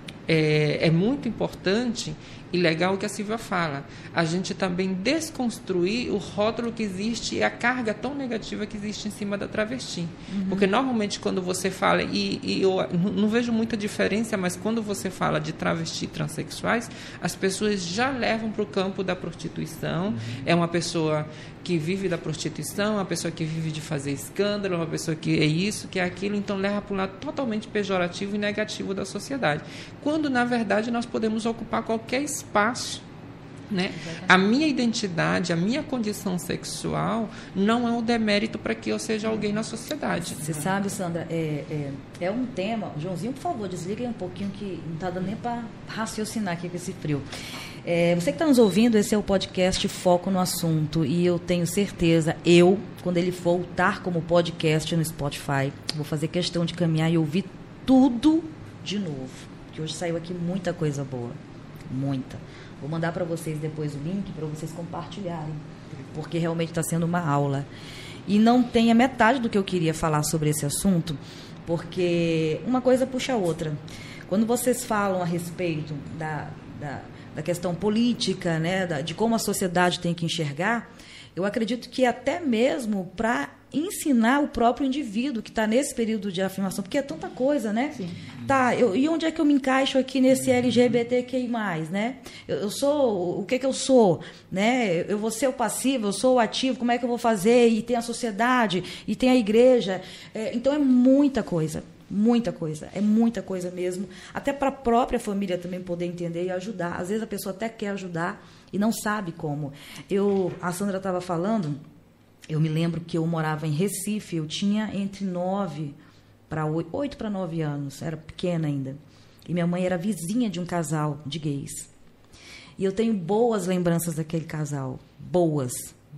É muito importante e legal o que a Silvia fala, a gente também desconstruir o rótulo que existe e a carga tão negativa que existe em cima da travesti. Porque normalmente quando você fala, e eu não vejo muita diferença, mas quando você fala de travesti transexuais, as pessoas já levam para o campo da prostituição. É uma pessoa que vive da prostituição, uma pessoa que vive de fazer escândalo, uma pessoa que é isso, que é aquilo, então leva para um lado totalmente pejorativo e negativo da sociedade. Quando, na verdade, nós podemos ocupar qualquer espaço, né? A minha identidade, a minha condição sexual não é um demérito para que eu seja alguém na sociedade. Você sabe, Sandra, é um tema... Joãozinho, por favor, desliga aí um pouquinho que não está dando nem para raciocinar aqui com esse frio. Você que está nos ouvindo, esse é o podcast Foco no Assunto, e eu tenho certeza, quando ele voltar como podcast no Spotify, vou fazer questão de caminhar e ouvir tudo de novo, porque hoje saiu aqui muita coisa boa, muita. Vou mandar para vocês depois o link para vocês compartilharem, porque realmente está sendo uma aula. E não tem a metade do que eu queria falar sobre esse assunto, porque uma coisa puxa a outra. Quando vocês falam a respeito da questão política, né, de como a sociedade tem que enxergar, eu acredito que até mesmo para ensinar o próprio indivíduo que está nesse período de afirmação, porque é tanta coisa, né? Sim. E onde é que eu me encaixo aqui nesse LGBTQI+, né? Eu sou, o que eu sou, né? Eu vou ser o passivo, eu sou o ativo, como é que eu vou fazer? E tem a sociedade, e tem a igreja. Então é muita coisa. Muita coisa, é muita coisa mesmo, até para a própria família também poder entender e ajudar. Às vezes a pessoa até quer ajudar e não sabe como. A Sandra estava falando, eu me lembro que eu morava em Recife, eu tinha entre 8 para 9 anos, era pequena ainda, e minha mãe era vizinha de um casal de gays. E eu tenho boas lembranças daquele casal, boas.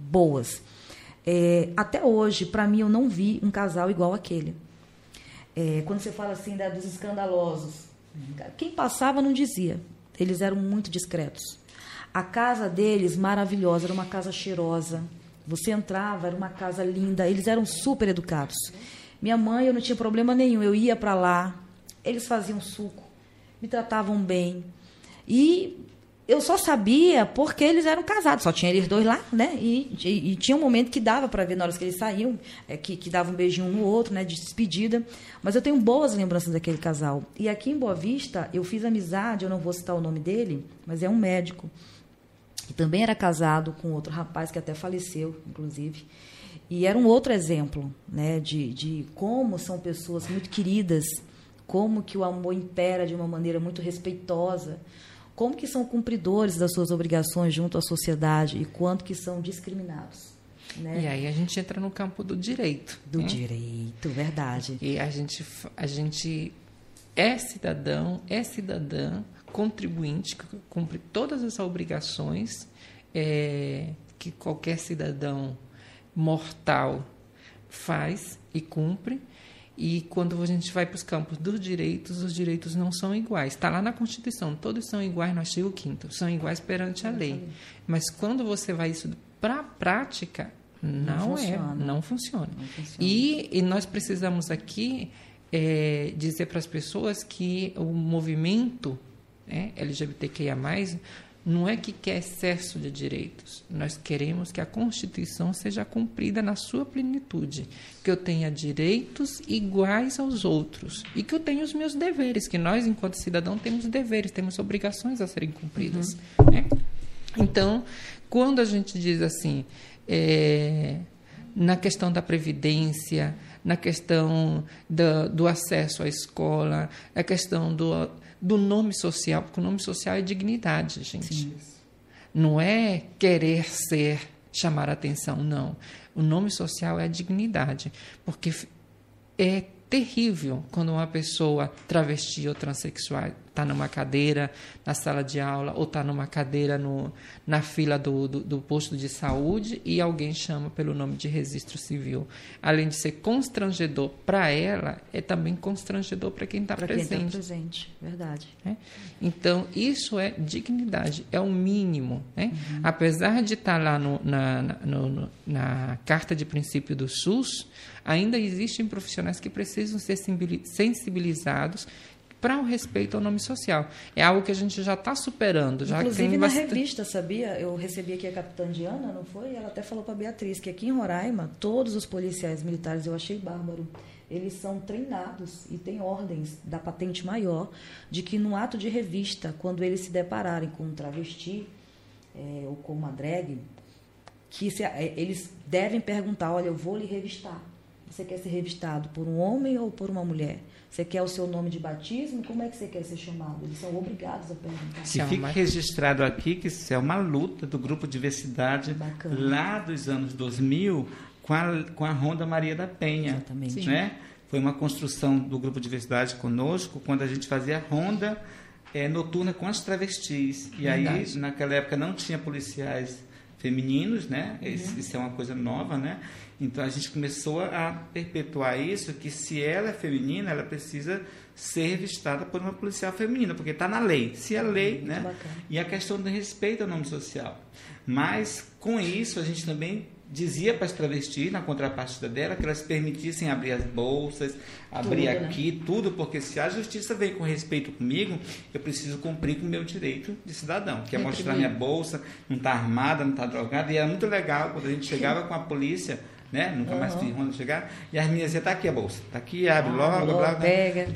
Até hoje, para mim, eu não vi um casal igual aquele. Quando você fala assim dos escandalosos, quem passava não dizia. Eles eram muito discretos. A casa deles, maravilhosa, era uma casa cheirosa. Você entrava, era uma casa linda. Eles eram super educados. Minha mãe, eu não tinha problema nenhum. Eu ia para lá, eles faziam suco, me tratavam bem. E eu só sabia porque eles eram casados. Só tinha eles dois lá, né? E tinha um momento que dava para ver na hora que eles saíam, que dava um beijinho um no outro, né? De despedida. Mas eu tenho boas lembranças daquele casal. E aqui em Boa Vista, eu fiz amizade, eu não vou citar o nome dele, mas é um médico, que também era casado com outro rapaz, que até faleceu, inclusive. E era um outro exemplo, né? De como são pessoas muito queridas, como que o amor impera de uma maneira muito respeitosa, como que são cumpridores das suas obrigações junto à sociedade e quanto que são discriminados. Né? E aí a gente entra no campo do direito. Do direito, verdade. E a gente é cidadão, é cidadã, contribuinte, que cumpre todas as obrigações que qualquer cidadão mortal faz e cumpre. E quando a gente vai para os campos dos direitos, os direitos não são iguais. Está lá na Constituição, todos são iguais no artigo 5º, são iguais perante a lei. Mas quando você vai isso para a prática, não funciona. E nós precisamos aqui dizer para as pessoas que o movimento LGBTQIA+, não é que quer excesso de direitos. Nós queremos que a Constituição seja cumprida na sua plenitude, que eu tenha direitos iguais aos outros e que eu tenha os meus deveres, que nós, enquanto cidadão, temos deveres, temos obrigações a serem cumpridas. Né? Então, quando a gente diz assim, na questão da previdência, na questão do acesso à escola, na questão do nome social, porque o nome social é dignidade, gente. Sim. Não é querer chamar a atenção, não. O nome social é a dignidade, porque é terrível quando uma pessoa travesti ou transexual está numa cadeira na sala de aula ou está numa cadeira na fila do posto de saúde e alguém chama pelo nome de registro civil. Além de ser constrangedor para ela, é também constrangedor para quem está presente. Quem está presente, verdade. Então, isso é dignidade, é o mínimo. Né? Apesar de estar lá na Carta de Princípio do SUS, ainda existem profissionais que precisam ser sensibilizados para o respeito ao nome social. É algo que a gente já está superando. Inclusive na revista, sabia? Eu recebi aqui a capitã Diana, não foi? Ela até falou para a Beatriz que aqui em Roraima, todos os policiais militares, eu achei bárbaro, eles são treinados e têm ordens da patente maior de que no ato de revista, quando eles se depararem com um travesti ou com uma drag, que eles devem perguntar, olha, eu vou lhe revistar. Você quer ser revistado por um homem ou por uma mulher? Você quer o seu nome de batismo? Como é que você quer ser chamado? Eles são obrigados a perguntar. Se fica registrado aqui que isso é uma luta do Grupo Diversidade lá dos anos 2000 com a Ronda Maria da Penha. Exatamente. Né? Foi uma construção do Grupo Diversidade conosco, quando a gente fazia ronda noturna com as travestis. E aí, naquela época, não tinha policiais femininos, né? Isso é uma coisa nova, né? Então a gente começou a perpetuar isso, que se ela é feminina, ela precisa ser revistada por uma policial feminina, porque está na lei. Se é lei, né? Bacana. E a questão do respeito ao nome social. Mas com isso a gente também dizia para as travestis, na contrapartida dela, que elas permitissem abrir as bolsas, abrir tudo, aqui, né? Tudo, porque se a justiça vem com respeito comigo, eu preciso cumprir com o meu direito de cidadão, que é mostrar minha bolsa, não está armada, não está drogada. E era muito legal quando a gente chegava com a polícia, né? Nunca mais fiz ronda chegar, e as meninas diziam, está aqui a bolsa, está aqui, abre logo, pega.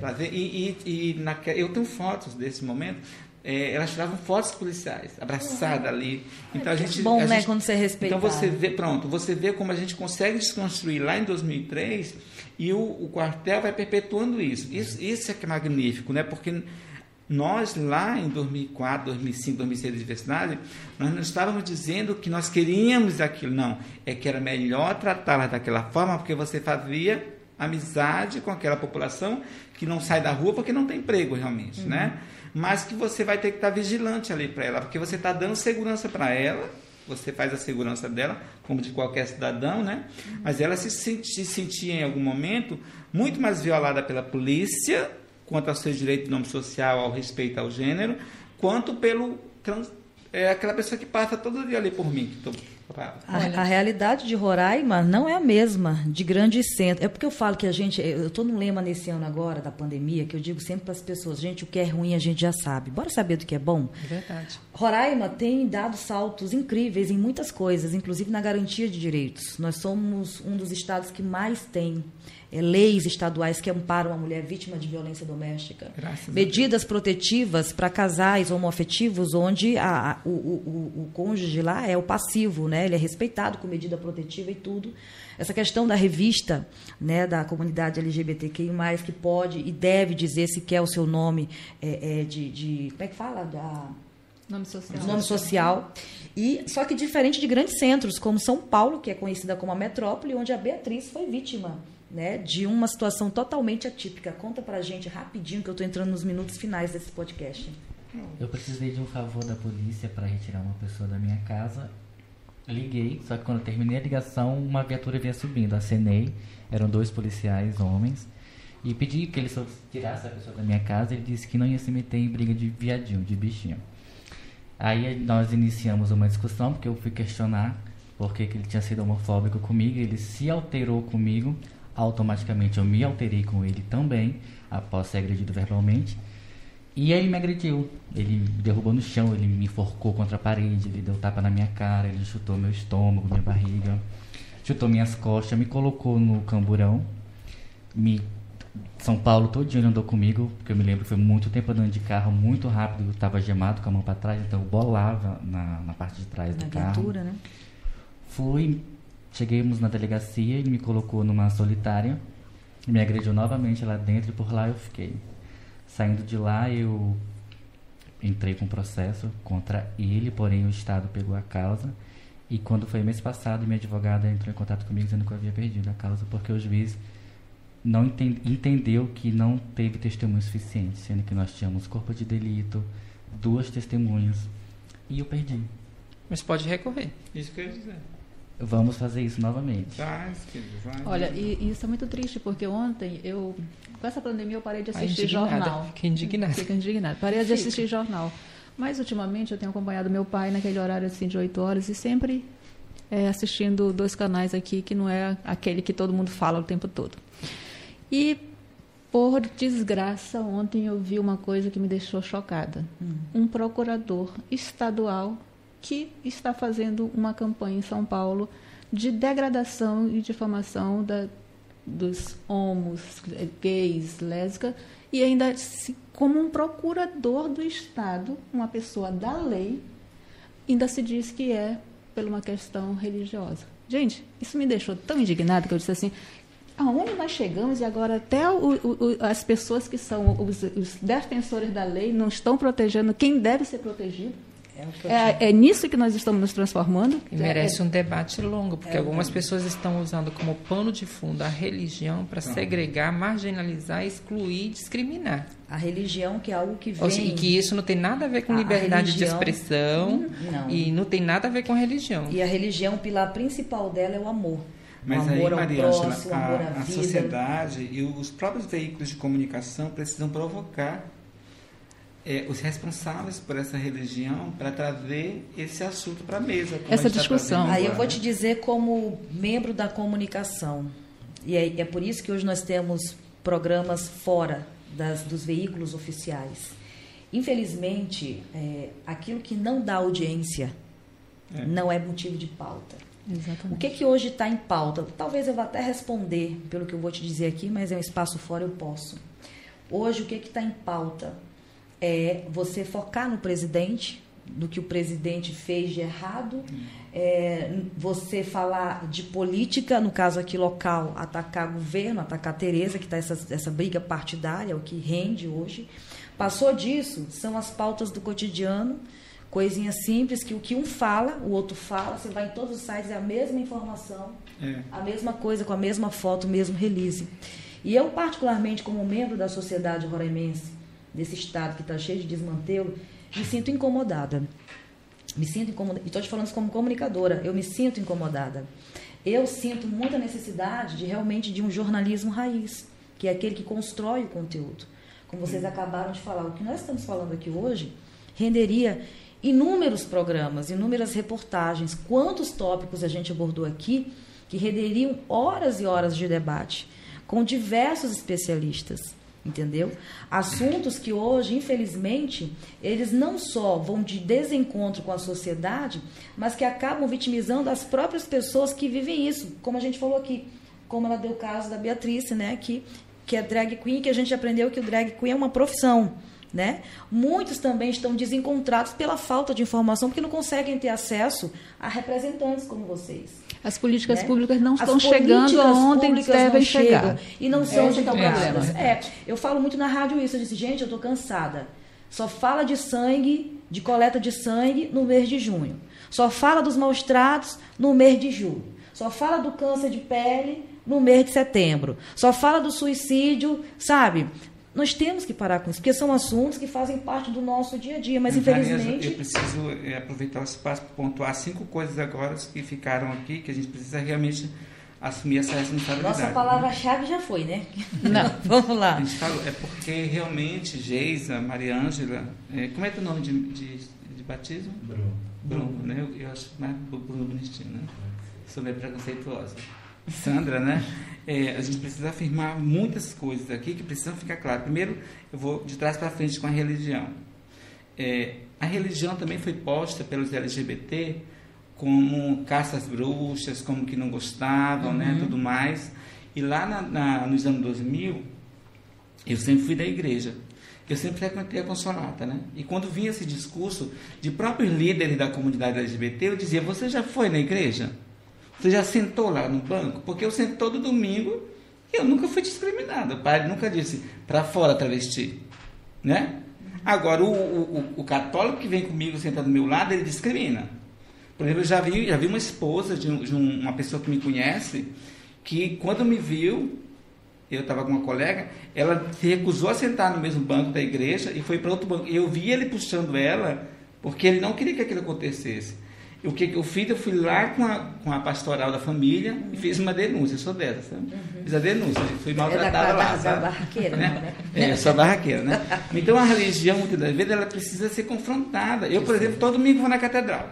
Eu tenho fotos desse momento. Elas tiravam fotos policiais, abraçadas ali. Então, bom, né, quando você respeita. Então você vê como a gente consegue desconstruir lá em 2003 e o quartel vai perpetuando isso. Isso é que é magnífico, né? Porque nós lá em 2004, 2005, 2006 de diversidade, nós não estávamos dizendo que nós queríamos aquilo, não. É que era melhor tratá-las daquela forma, porque você fazia amizade com aquela população que não sai da rua porque não tem emprego realmente, né? Mas que você vai ter que estar vigilante ali para ela, porque você está dando segurança para ela, você faz a segurança dela, como de qualquer cidadão, né? Mas ela se sentia em algum momento muito mais violada pela polícia, quanto ao seu direito de nome social, ao respeito ao gênero, quanto pelo aquela pessoa que passa todo dia ali por mim. A realidade de Roraima não é a mesma de grandes centros. É porque eu falo que eu estou num lema nesse ano agora, da pandemia, que eu digo sempre para as pessoas, gente, o que é ruim a gente já sabe. Bora saber do que é bom? É verdade. Roraima tem dado saltos incríveis em muitas coisas, inclusive na garantia de direitos. Nós somos um dos estados que mais tem leis estaduais que amparam a mulher vítima de violência doméstica. Medidas protetivas para casais homoafetivos, onde o cônjuge lá é o passivo, né? Ele é respeitado com medida protetiva e tudo. Essa questão da revista, né, da comunidade LGBTQI+, que pode e deve dizer se quer o seu nome como é que fala? Nome social. Nome social. Só que diferente de grandes centros, como São Paulo, que é conhecida como a metrópole, onde a Beatriz foi vítima, né, de uma situação totalmente atípica. Conta pra gente rapidinho, que eu estou entrando nos minutos finais desse podcast. Eu precisei de um favor da polícia para retirar uma pessoa da minha casa. Liguei, só que quando eu terminei a ligação, uma viatura vinha subindo. Acenei, eram 2 policiais, homens, e pedi que eles tirassem a pessoa da minha casa. Ele disse que não ia se meter em briga de viadinho, de bichinho. Aí nós iniciamos uma discussão, porque eu fui questionar por que ele tinha sido homofóbico comigo. Ele se alterou comigo. Automaticamente eu me alterei com ele também, após ser agredido verbalmente. E aí ele me agrediu, ele me derrubou no chão, ele me enforcou contra a parede, ele deu tapa na minha cara, ele chutou meu estômago, minha barriga, chutou minhas costas, me colocou no camburão, São Paulo todinho andou comigo, porque eu me lembro que foi muito tempo andando de carro, muito rápido, eu estava gemado com a mão para trás, então eu bolava na parte de trás do carro. Viatura, né? Chegamos na delegacia, ele me colocou numa solitária, me agrediu novamente lá dentro e por lá eu fiquei. Saindo de lá, eu entrei com um processo contra ele, porém o Estado pegou a causa. E quando foi mês passado, minha advogada entrou em contato comigo dizendo que eu havia perdido a causa, porque o juiz não entendeu que não teve testemunho suficiente, sendo que nós tínhamos corpo de delito, 2 testemunhas, e eu perdi. Mas pode recorrer. Isso que eu ia dizer. Vamos fazer isso novamente. Vai. Olha, e isso é muito triste, porque ontem, com essa pandemia, eu parei de assistir jornal. Fiquei indignada. Fico indignada. Parei de assistir jornal. Mas, ultimamente, eu tenho acompanhado meu pai naquele horário assim, de 8 horas e sempre assistindo 2 canais aqui, que não é aquele que todo mundo fala o tempo todo. E, por desgraça, ontem eu vi uma coisa que me deixou chocada. Um procurador estadual que está fazendo uma campanha em São Paulo de degradação e difamação dos homos, gays, lésbicas, e ainda como um procurador do Estado, uma pessoa da lei, ainda se diz que é por uma questão religiosa. Gente, isso me deixou tão indignada que eu disse assim, aonde nós chegamos e agora até as pessoas que são os defensores da lei não estão protegendo quem deve ser protegido? É nisso que nós estamos nos transformando. E merece um debate longo, porque algumas pessoas estão usando como pano de fundo a religião para segregar, marginalizar, excluir, discriminar. A religião, que é algo que vem... E que isso não tem nada a ver com liberdade de expressão, não. E não tem nada a ver com religião. E a religião, o pilar principal dela é o amor. Mas o amor aí, Maria ao próximo, Ângela, amor à a vida. sociedade e os próprios veículos de comunicação precisam provocar os responsáveis por essa religião para trazer esse assunto para a mesa. Essa discussão. Aí eu vou te dizer como membro da comunicação, e é por isso que hoje nós temos programas fora dos veículos oficiais. Infelizmente, aquilo que não dá audiência não é motivo de pauta. Exatamente. O que hoje está em pauta? Talvez eu vá até responder pelo que eu vou te dizer aqui, mas é um espaço fora, eu posso. Hoje, o que está em pauta é você focar no presidente, no que o presidente fez de errado, você falar de política, no caso aqui local, atacar governo, atacar Tereza, que está essa briga partidária, o que rende hoje. Passou disso, são as pautas do cotidiano, coisinhas simples, que o que um fala, o outro fala, você vai em todos os sites, é a mesma informação, a mesma coisa, com a mesma foto, o mesmo release. E eu, particularmente, como membro da sociedade roraimense, desse estado que está cheio de desmantelo, me sinto incomodada. E estou te falando isso como comunicadora, eu me sinto incomodada. Eu sinto muita necessidade de um jornalismo raiz, que é aquele que constrói o conteúdo. Como vocês acabaram de falar, o que nós estamos falando aqui hoje renderia inúmeros programas, inúmeras reportagens. Quantos tópicos a gente abordou aqui que renderiam horas e horas de debate com diversos especialistas. Entendeu? Assuntos que hoje, infelizmente, eles não só vão de desencontro com a sociedade, mas que acabam vitimizando as próprias pessoas que vivem isso, como a gente falou aqui, como ela deu o caso da Beatriz, né, que é drag queen, que a gente aprendeu que o drag queen é uma profissão, né? Muitos também estão desencontrados pela falta de informação, porque não conseguem ter acesso a representantes como vocês. As políticas públicas não estão chegando aonde devem chegar. E não são divulgadas. Eu falo muito na rádio isso. Eu disse, gente, eu estou cansada. Só fala de sangue, de coleta de sangue no mês de junho. Só fala dos maus tratos no mês de julho. Só fala do câncer de pele no mês de setembro. Só fala do suicídio, sabe? Nós temos que parar com isso, porque são assuntos que fazem parte do nosso dia a dia, mas infelizmente... Eu preciso aproveitar o espaço para pontuar 5 coisas agora que ficaram aqui, que a gente precisa realmente assumir essa responsabilidade. Nossa palavra-chave já foi, né? Não, vamos lá. A gente falou, porque realmente, Geisa, Maria Ângela, como é teu nome de batismo? Bruno. Bruno, né? Eu acho mais Bruno bonitinho, né? Sou meio preconceituosa. Sandra, né? A gente precisa afirmar muitas coisas aqui que precisam ficar claras. Primeiro, eu vou de trás para frente com a religião. A religião também foi posta pelos LGBT como caças bruxas, como que não gostavam, né? Tudo mais. E lá nos anos 2000, eu sempre fui da igreja. Eu sempre frequentei a Consolata, né? E quando vinha esse discurso de próprios líderes da comunidade LGBT, eu dizia, você já foi na igreja? Você já sentou lá no banco? Porque eu sento todo domingo e eu nunca fui discriminado. O padre nunca disse, para fora travesti, né? Agora, o católico que vem comigo, senta do meu lado, ele discrimina. Por exemplo, eu já vi uma esposa de uma pessoa que me conhece, que quando me viu, eu estava com uma colega, ela se recusou a sentar no mesmo banco da igreja e foi para outro banco. Eu vi ele puxando ela, porque ele não queria que aquilo acontecesse. O que eu fiz? Eu fui lá com a pastoral da família e fiz uma denúncia. Eu sou dessa, sabe? Fiz a denúncia. Fui maltratada lá, sabe? Barraqueira, né? Eu sou barraqueira, né? Então, a religião, muitas das vezes, ela precisa ser confrontada. Eu, por exemplo, todo domingo vou na catedral.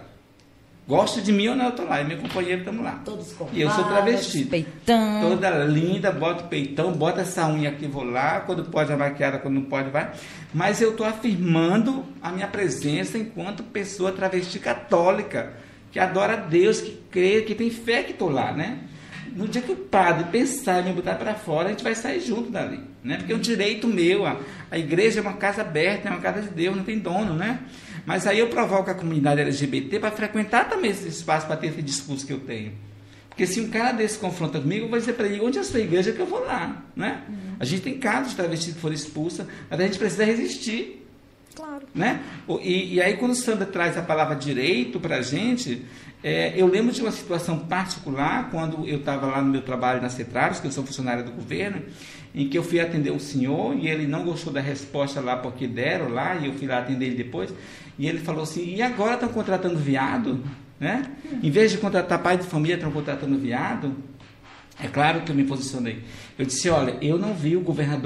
Gosto de mim ou não, eu estou lá. E meu companheiro, estamos lá. Todos com e eu sou travesti. Peitão. Toda linda, boto peitão, bota essa unha aqui, vou lá. Quando pode, a maquiada, quando não pode, vai. Mas eu estou afirmando a minha presença enquanto pessoa travesti católica, que adora a Deus, que crê, que tem fé, que estou lá, né? No dia que o padre pensar em me botar para fora, a gente vai sair junto dali, né? Porque é um direito meu. A igreja é uma casa aberta, é uma casa de Deus, não tem dono, né? Mas aí eu provoco a comunidade LGBT para frequentar também esse espaço, para ter esse discurso que eu tenho. Porque se um cara desse confronta comigo, eu vou dizer para ele, onde é a sua igreja que eu vou lá, né? A gente tem casos de travestis que foram expulsos, mas a gente precisa resistir. Claro. Né? E aí, quando o Sandra traz a palavra direito para a gente, eu lembro de uma situação particular, quando eu estava lá no meu trabalho na Cetraros, que eu sou funcionário do governo, em que eu fui atender um senhor e ele não gostou da resposta lá porque deram lá, e eu fui lá atender ele depois, e ele falou assim, e agora estão contratando viado? Né? Em vez de contratar pai de família, estão contratando viado? É claro que eu me posicionei. Eu disse, olha, eu não vi o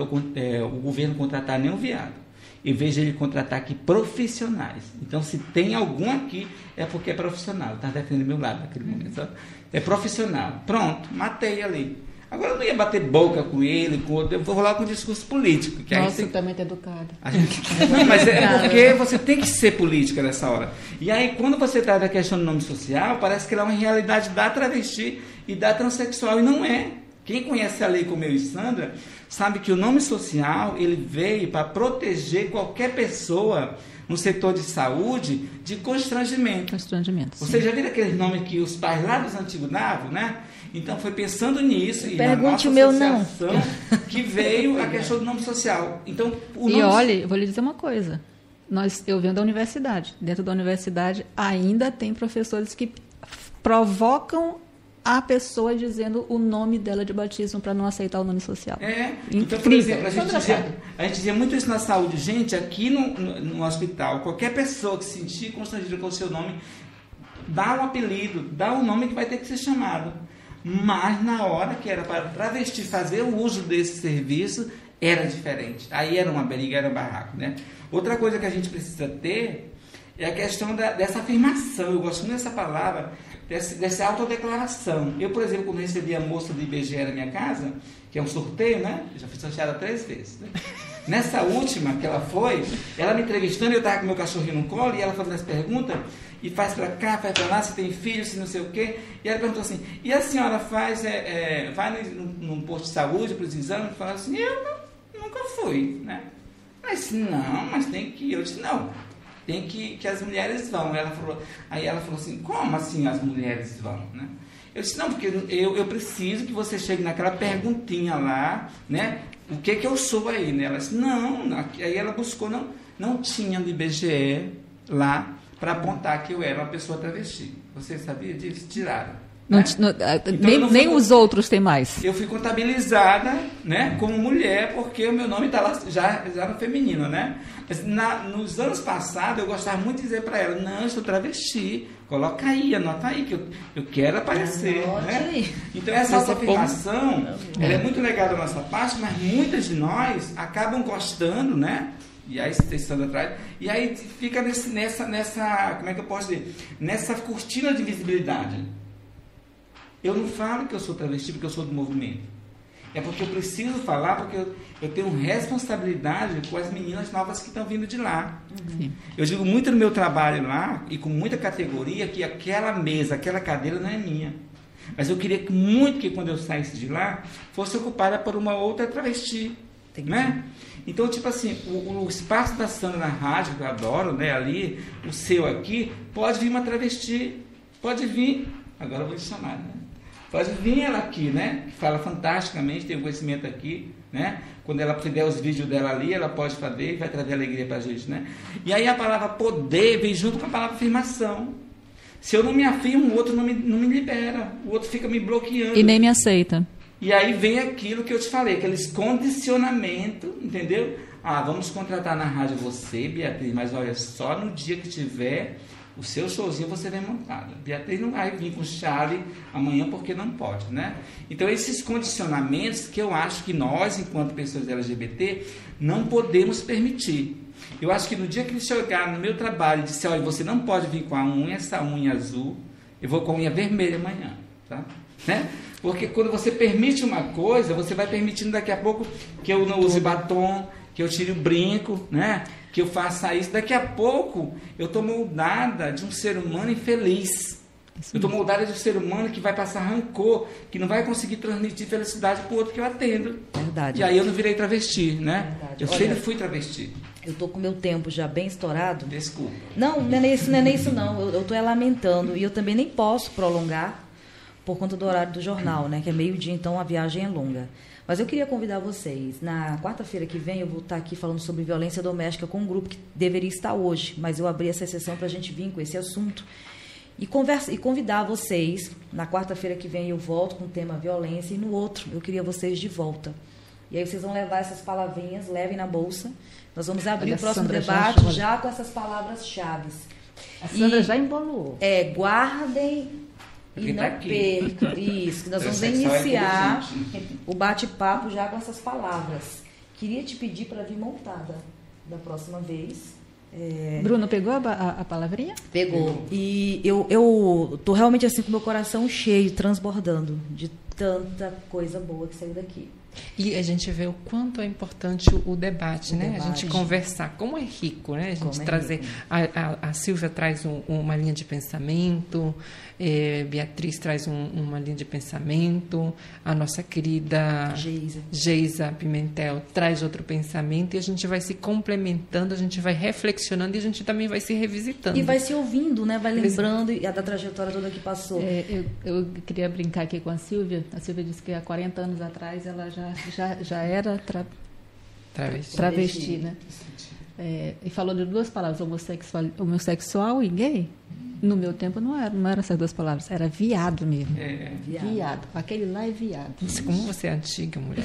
governo contratar nenhum viado. Eu vejo ele contratar aqui profissionais. Então, se tem algum aqui, é porque é profissional. Está defendendo meu lado naquele momento. Sabe? É profissional. Pronto, matei ali. Agora eu não ia bater boca com ele, com outro. Eu vou rolar com um discurso político. Que Nossa, aí você também está educado. Não, mas é porque você tem que ser política nessa hora. E aí, quando você traz a questão do nome social, parece que ela é uma realidade da travesti e da transexual. E não é. Quem conhece a lei como eu e Sandra, sabe que o nome social ele veio para proteger qualquer pessoa no setor de saúde de constrangimento. Você já viu aqueles nomes que os pais lá dos antigos davam, né? Então foi pensando nisso e na nossa associação que veio a questão do nome social. Então, olha, eu vou lhe dizer uma coisa. Eu venho da universidade. Dentro da universidade ainda tem professores que provocam a pessoa dizendo o nome dela de batismo para não aceitar o nome social. Então, por exemplo, a gente dizia muito isso na saúde. Gente, aqui no hospital, qualquer pessoa que se sentir constrangida com o seu nome, dá um apelido, dá um nome que vai ter que ser chamado. Mas na hora que era para travesti fazer o uso desse serviço, era diferente. Aí era uma briga, era um barraco, né? Outra coisa que a gente precisa ter é a questão dessa afirmação. Eu gosto muito dessa palavra, dessa autodeclaração. Eu, por exemplo, quando recebi a moça do IBGE na minha casa, que é um sorteio, né? Eu já fui sorteada 3 vezes. Né? Nessa última que ela foi, ela me entrevistando, eu estava com meu cachorrinho no colo, e ela fazendo as perguntas, e faz para cá, faz para lá, se tem filho, se não sei o quê. E ela perguntou assim, e a senhora vai num posto de saúde para os exames? E fala assim, eu nunca fui, né? Mas não, mas tem que ir. Eu disse, não. Tem que as mulheres vão. Aí ela falou assim, como assim as mulheres vão? Né? Eu disse, não, porque eu preciso que você chegue naquela perguntinha lá, né? O que eu sou aí? Né? Ela disse, não. Aí ela buscou, não tinha no IBGE lá para apontar que eu era uma pessoa travesti. Você sabia disso? Tiraram. Né? Nem os outros têm mais. Eu fui contabilizada, né, como mulher, porque o meu nome está lá já no feminino, né? Mas nos anos passados eu gostava muito de dizer para ela, não, eu sou travesti, coloca aí, anota aí, que eu quero aparecer. Né? Então essa autoafirmação, ela é muito legal da nossa parte, mas muitas de nós acabam gostando, né? E aí estando atrás, e aí fica nessa, como é que eu posso dizer? Nessa cortina de visibilidade. Eu não falo que eu sou travesti porque eu sou do movimento. É porque eu preciso falar, porque eu tenho responsabilidade com as meninas novas que estão vindo de lá. Sim. Eu digo muito no meu trabalho lá, e com muita categoria, que aquela mesa, aquela cadeira não é minha. Mas eu queria muito que quando eu saísse de lá, fosse ocupada por uma outra travesti. Né? Então, tipo assim, o espaço da Sandra na rádio, que eu adoro, né, ali, o seu aqui, pode vir uma travesti, pode vir, agora eu vou te chamar, né? Pode vir ela aqui, né? Que fala fantasticamente, tem um conhecimento aqui, né? Quando ela fizer os vídeos dela ali, ela pode fazer e vai trazer alegria pra gente, né? E aí a palavra poder vem junto com a palavra afirmação. Se eu não me afirmo, o outro não me libera, o outro fica me bloqueando. E nem me aceita. E aí vem aquilo que eu te falei, aqueles condicionamentos, entendeu? Ah, vamos contratar na rádio você, Beatriz, mas olha, só no dia que tiver o seu showzinho você vem montada. Beatriz não vai vir com chave amanhã porque não pode, né? Então esses condicionamentos que eu acho que nós, enquanto pessoas LGBT, não podemos permitir. Eu acho que no dia que ele chegar no meu trabalho e disser, olha, você não pode vir com essa unha azul, eu vou com a unha vermelha amanhã, tá? Né? Porque quando você permite uma coisa, você vai permitindo daqui a pouco que eu não use batom, que eu tire o brinco, né? Que eu faça isso. Daqui a pouco eu estou moldada de um ser humano infeliz. Eu estou moldada de um ser humano que vai passar rancor, que não vai conseguir transmitir felicidade para o outro que eu atendo. Verdade. E aí eu não virei travesti, né? Verdade. Eu sempre fui travesti. Eu estou com o meu tempo já bem estourado. Desculpa. Não é nem isso não. Eu estou lamentando. E eu também nem posso prolongar por conta do horário do jornal, né? Que é meio-dia, então a viagem é longa. Mas eu queria convidar vocês. Na quarta-feira que vem eu vou estar aqui falando sobre violência doméstica com um grupo que deveria estar hoje, mas eu abri essa sessão para a gente vir com esse assunto e convidar vocês. Na quarta-feira que vem eu volto com o tema violência e no outro eu queria vocês de volta. E aí vocês vão levar essas palavrinhas, levem na bolsa. Nós vamos abrir o próximo debate já com essas palavras-chave. A Sandra já embolou. Guardem e não percam. Isso, que nós vamos iniciar o bate-papo já com essas palavras. Queria te pedir para vir montada da próxima vez. Bruno, pegou a palavrinha? Pegou. E eu tô realmente assim com o meu coração cheio, transbordando de tanta coisa boa que saiu daqui. E a gente vê o quanto é importante o debate, né? A gente conversar, como é rico, né? A gente trazer... A Silvia traz uma linha de pensamento, Beatriz traz uma linha de pensamento, a nossa querida Geisa Pimentel traz outro pensamento, e a gente vai se complementando, a gente vai reflexionando e a gente também vai se revisitando. E vai se ouvindo, né? Vai lembrando da trajetória toda que passou. Eu queria brincar aqui com a Silvia. A Silvia disse que há 40 anos atrás ela já era travesti, né? E falou de duas palavras, homossexual e gay. No meu tempo não era essas duas palavras, era viado mesmo. Viado. Aquele lá é viado. Como você é antiga, mulher.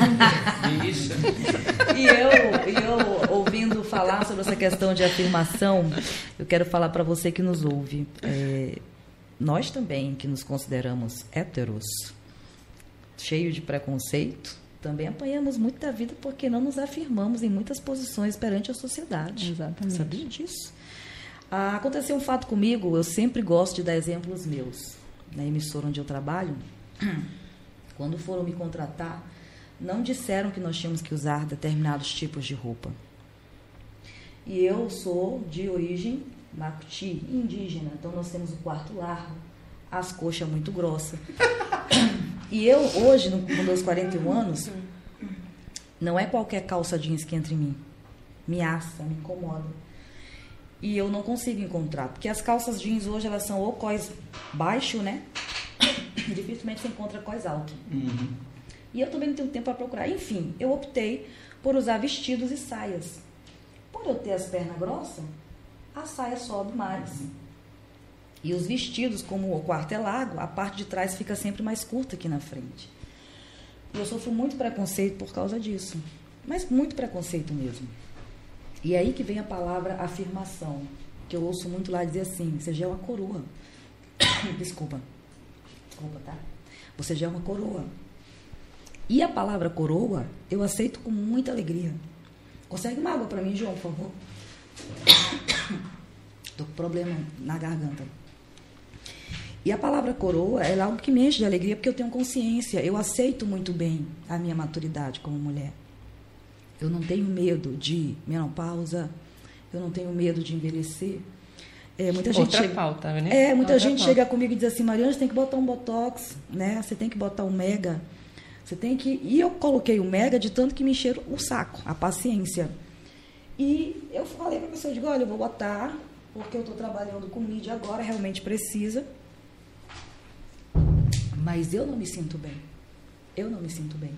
E eu, ouvindo falar sobre essa questão de afirmação, eu quero falar para você que nos ouve. Nós também, que nos consideramos héteros, cheios de preconceito, também apanhamos muito da vida porque não nos afirmamos em muitas posições perante a sociedade. Exatamente. Sabia disso? Aconteceu um fato comigo, eu sempre gosto de dar exemplos meus. Na emissora onde eu trabalho, quando foram me contratar, não disseram que nós tínhamos que usar determinados tipos de roupa. E eu sou de origem macuti, indígena, então nós temos o quarto largo, as coxas muito grossas. E eu, hoje, com meus 41 anos, não é qualquer calça jeans que entra em mim. Me assa, me incomoda. E eu não consigo encontrar, porque as calças jeans hoje, elas são ou cós baixo, né? Dificilmente você encontra cós alto. Uhum. E eu também não tenho tempo para procurar. Enfim, eu optei por usar vestidos e saias. Por eu ter as pernas grossas, a saia sobe mais. E os vestidos, como o quarto é largo, a parte de trás fica sempre mais curta aqui na frente. E eu sofro muito preconceito por causa disso. Mas muito preconceito mesmo. E aí que vem a palavra afirmação, que eu ouço muito lá dizer assim, você já é uma coroa. Desculpa, tá? Você já é uma coroa. E a palavra coroa, eu aceito com muita alegria. Consegue uma água para mim, João, por favor? Tô com problema na garganta. E a palavra coroa é algo que me enche de alegria, porque eu tenho consciência, eu aceito muito bem a minha maturidade como mulher. Eu não tenho medo de menopausa, eu não tenho medo de envelhecer. Muita gente Outra pauta, né? Muita gente chega comigo e diz assim, Mariana, você tem que botar um botox, né? Você tem que botar um mega. Você tem que... E eu coloquei o mega de tanto que me encheram o saco, a paciência. E eu falei para a pessoa, eu digo, olha, eu vou botar, porque eu estou trabalhando com mídia agora, realmente precisa. Mas eu não me sinto bem. Eu não me sinto bem.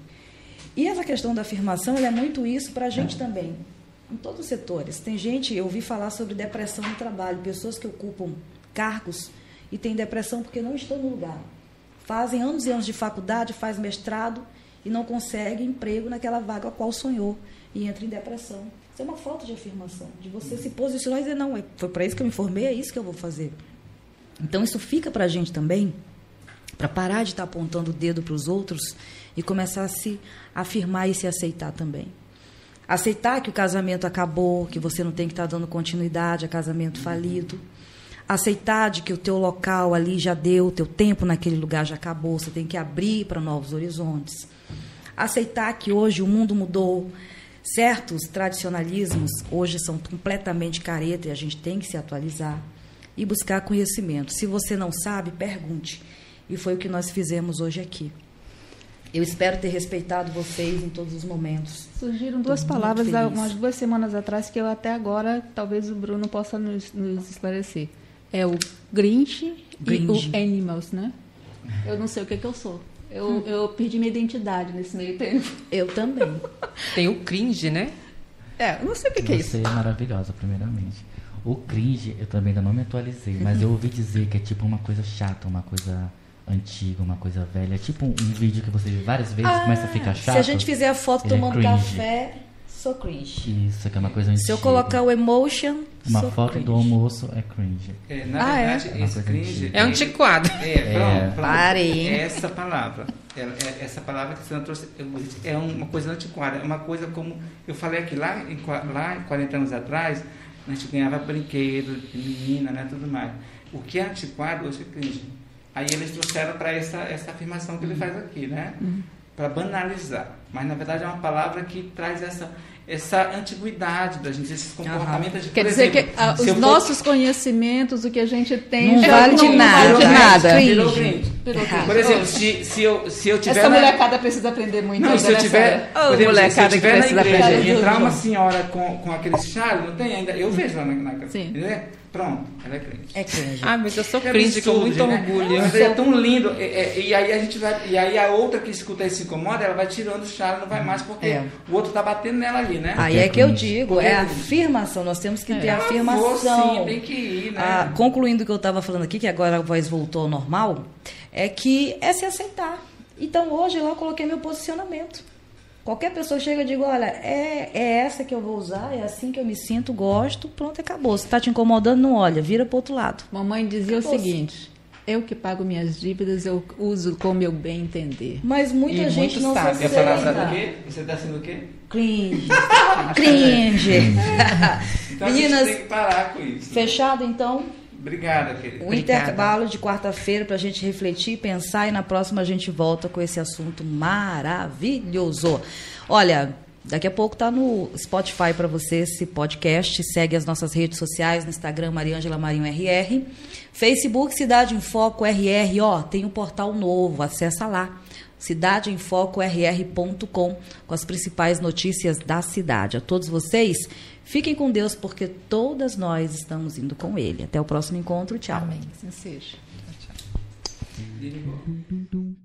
E essa questão da afirmação, ela é muito isso para a gente também. Em todos os setores. Tem gente, eu ouvi falar sobre depressão no trabalho, pessoas que ocupam cargos e têm depressão porque não estão no lugar. Fazem anos e anos de faculdade, faz mestrado e não conseguem emprego naquela vaga a qual sonhou e entra em depressão. Isso é uma falta de afirmação, de você se posicionar e dizer, não, foi para isso que eu me formei, é isso que eu vou fazer. Então isso fica para a gente também, para parar de estar apontando o dedo para os outros e começar a se afirmar e se aceitar também. Aceitar que o casamento acabou, que você não tem que estar dando continuidade a casamento falido. Aceitar de que o teu local ali já deu, o teu tempo naquele lugar já acabou, você tem que abrir para novos horizontes. Aceitar que hoje o mundo mudou, certos tradicionalismos hoje são completamente careta e a gente tem que se atualizar e buscar conhecimento. Se você não sabe, pergunte. E foi o que nós fizemos hoje aqui. Eu espero ter respeitado vocês em todos os momentos. Surgiram duas palavras há umas 2 semanas atrás que eu até agora, talvez o Bruno possa nos esclarecer. É o Grinch e o Animals, né? Eu não sei o que eu sou. Eu perdi minha identidade nesse meio tempo. Eu também. Tem o cringe, né? Eu não sei o que é isso. Você é maravilhosa, primeiramente. O cringe, eu também ainda não me atualizei, mas eu ouvi dizer que é tipo uma coisa chata, uma coisa... antiga, uma coisa velha, tipo um vídeo que você vê várias vezes e começa a ficar chato. Se a gente fizer a foto tomando café, sou cringe. Isso, que é uma coisa antiga. Se eu colocar o emotion, uma sou foto cringe. do almoço é cringe. Na verdade, esse cringe... É antiquado. Pronto. Parei. Essa palavra. Essa palavra que você não trouxe é uma coisa antiquada. É uma coisa como... Eu falei aqui, lá em 40 anos atrás, a gente ganhava brinquedo, menina, né, tudo mais. O que é antiquado hoje é cringe. Aí eles trouxeram para essa afirmação que ele faz aqui, né? Para banalizar. Mas, na verdade, é uma palavra que traz essa antiguidade da gente, esses comportamentos. Quer dizer que os nossos conhecimentos, o que a gente tem... Não vale de nada. Virou cringe. Por exemplo, se eu tiver... Essa molecada precisa aprender muito. Não, se eu tiver... Por exemplo, se eu tiver na igreja e entrar uma senhora com aquele chale, não tem ainda... Eu vejo lá na casa. Sim. Né? Pronto, ela é cringe. É cringe. Ah, mas eu sou cringe com muito orgulho. Mas é tão lindo. E aí a gente vai. E aí a outra que escuta e se incomoda, ela vai tirando o chale, não vai mais, porque o outro tá batendo nela ali, né? Aí é que eu digo, é a afirmação. Nós temos que ter a afirmação. Sim, tem que ir, né? Concluindo o que eu estava falando aqui, que agora a voz voltou ao normal, é que é se aceitar. Então hoje lá eu coloquei meu posicionamento. Qualquer pessoa chega e diga, olha, é essa que eu vou usar, é assim que eu me sinto, gosto, pronto, acabou. Se está te incomodando, não olha, vira para o outro lado. Mamãe dizia o seguinte, eu que pago minhas dívidas, eu uso como eu bem entender. Mas muita gente não sabe. A palavra do quê? Você está sendo o quê? Cringe. Cringe. Então Meninas, a gente tem que parar com isso. Fechado então? Obrigada, querida. Um intervalo de quarta-feira para a gente refletir, pensar e na próxima a gente volta com esse assunto maravilhoso. Olha, daqui a pouco tá no Spotify para você esse podcast. Segue as nossas redes sociais no Instagram Mariângela Marinho RR, Facebook Cidade em Foco RR. Tem um portal novo, acessa lá. cidadeemfocorr.com com as principais notícias da cidade. A todos vocês, fiquem com Deus, porque todas nós estamos indo com Ele. Até o próximo encontro. Tchau. Amém. Assim seja. Tchau.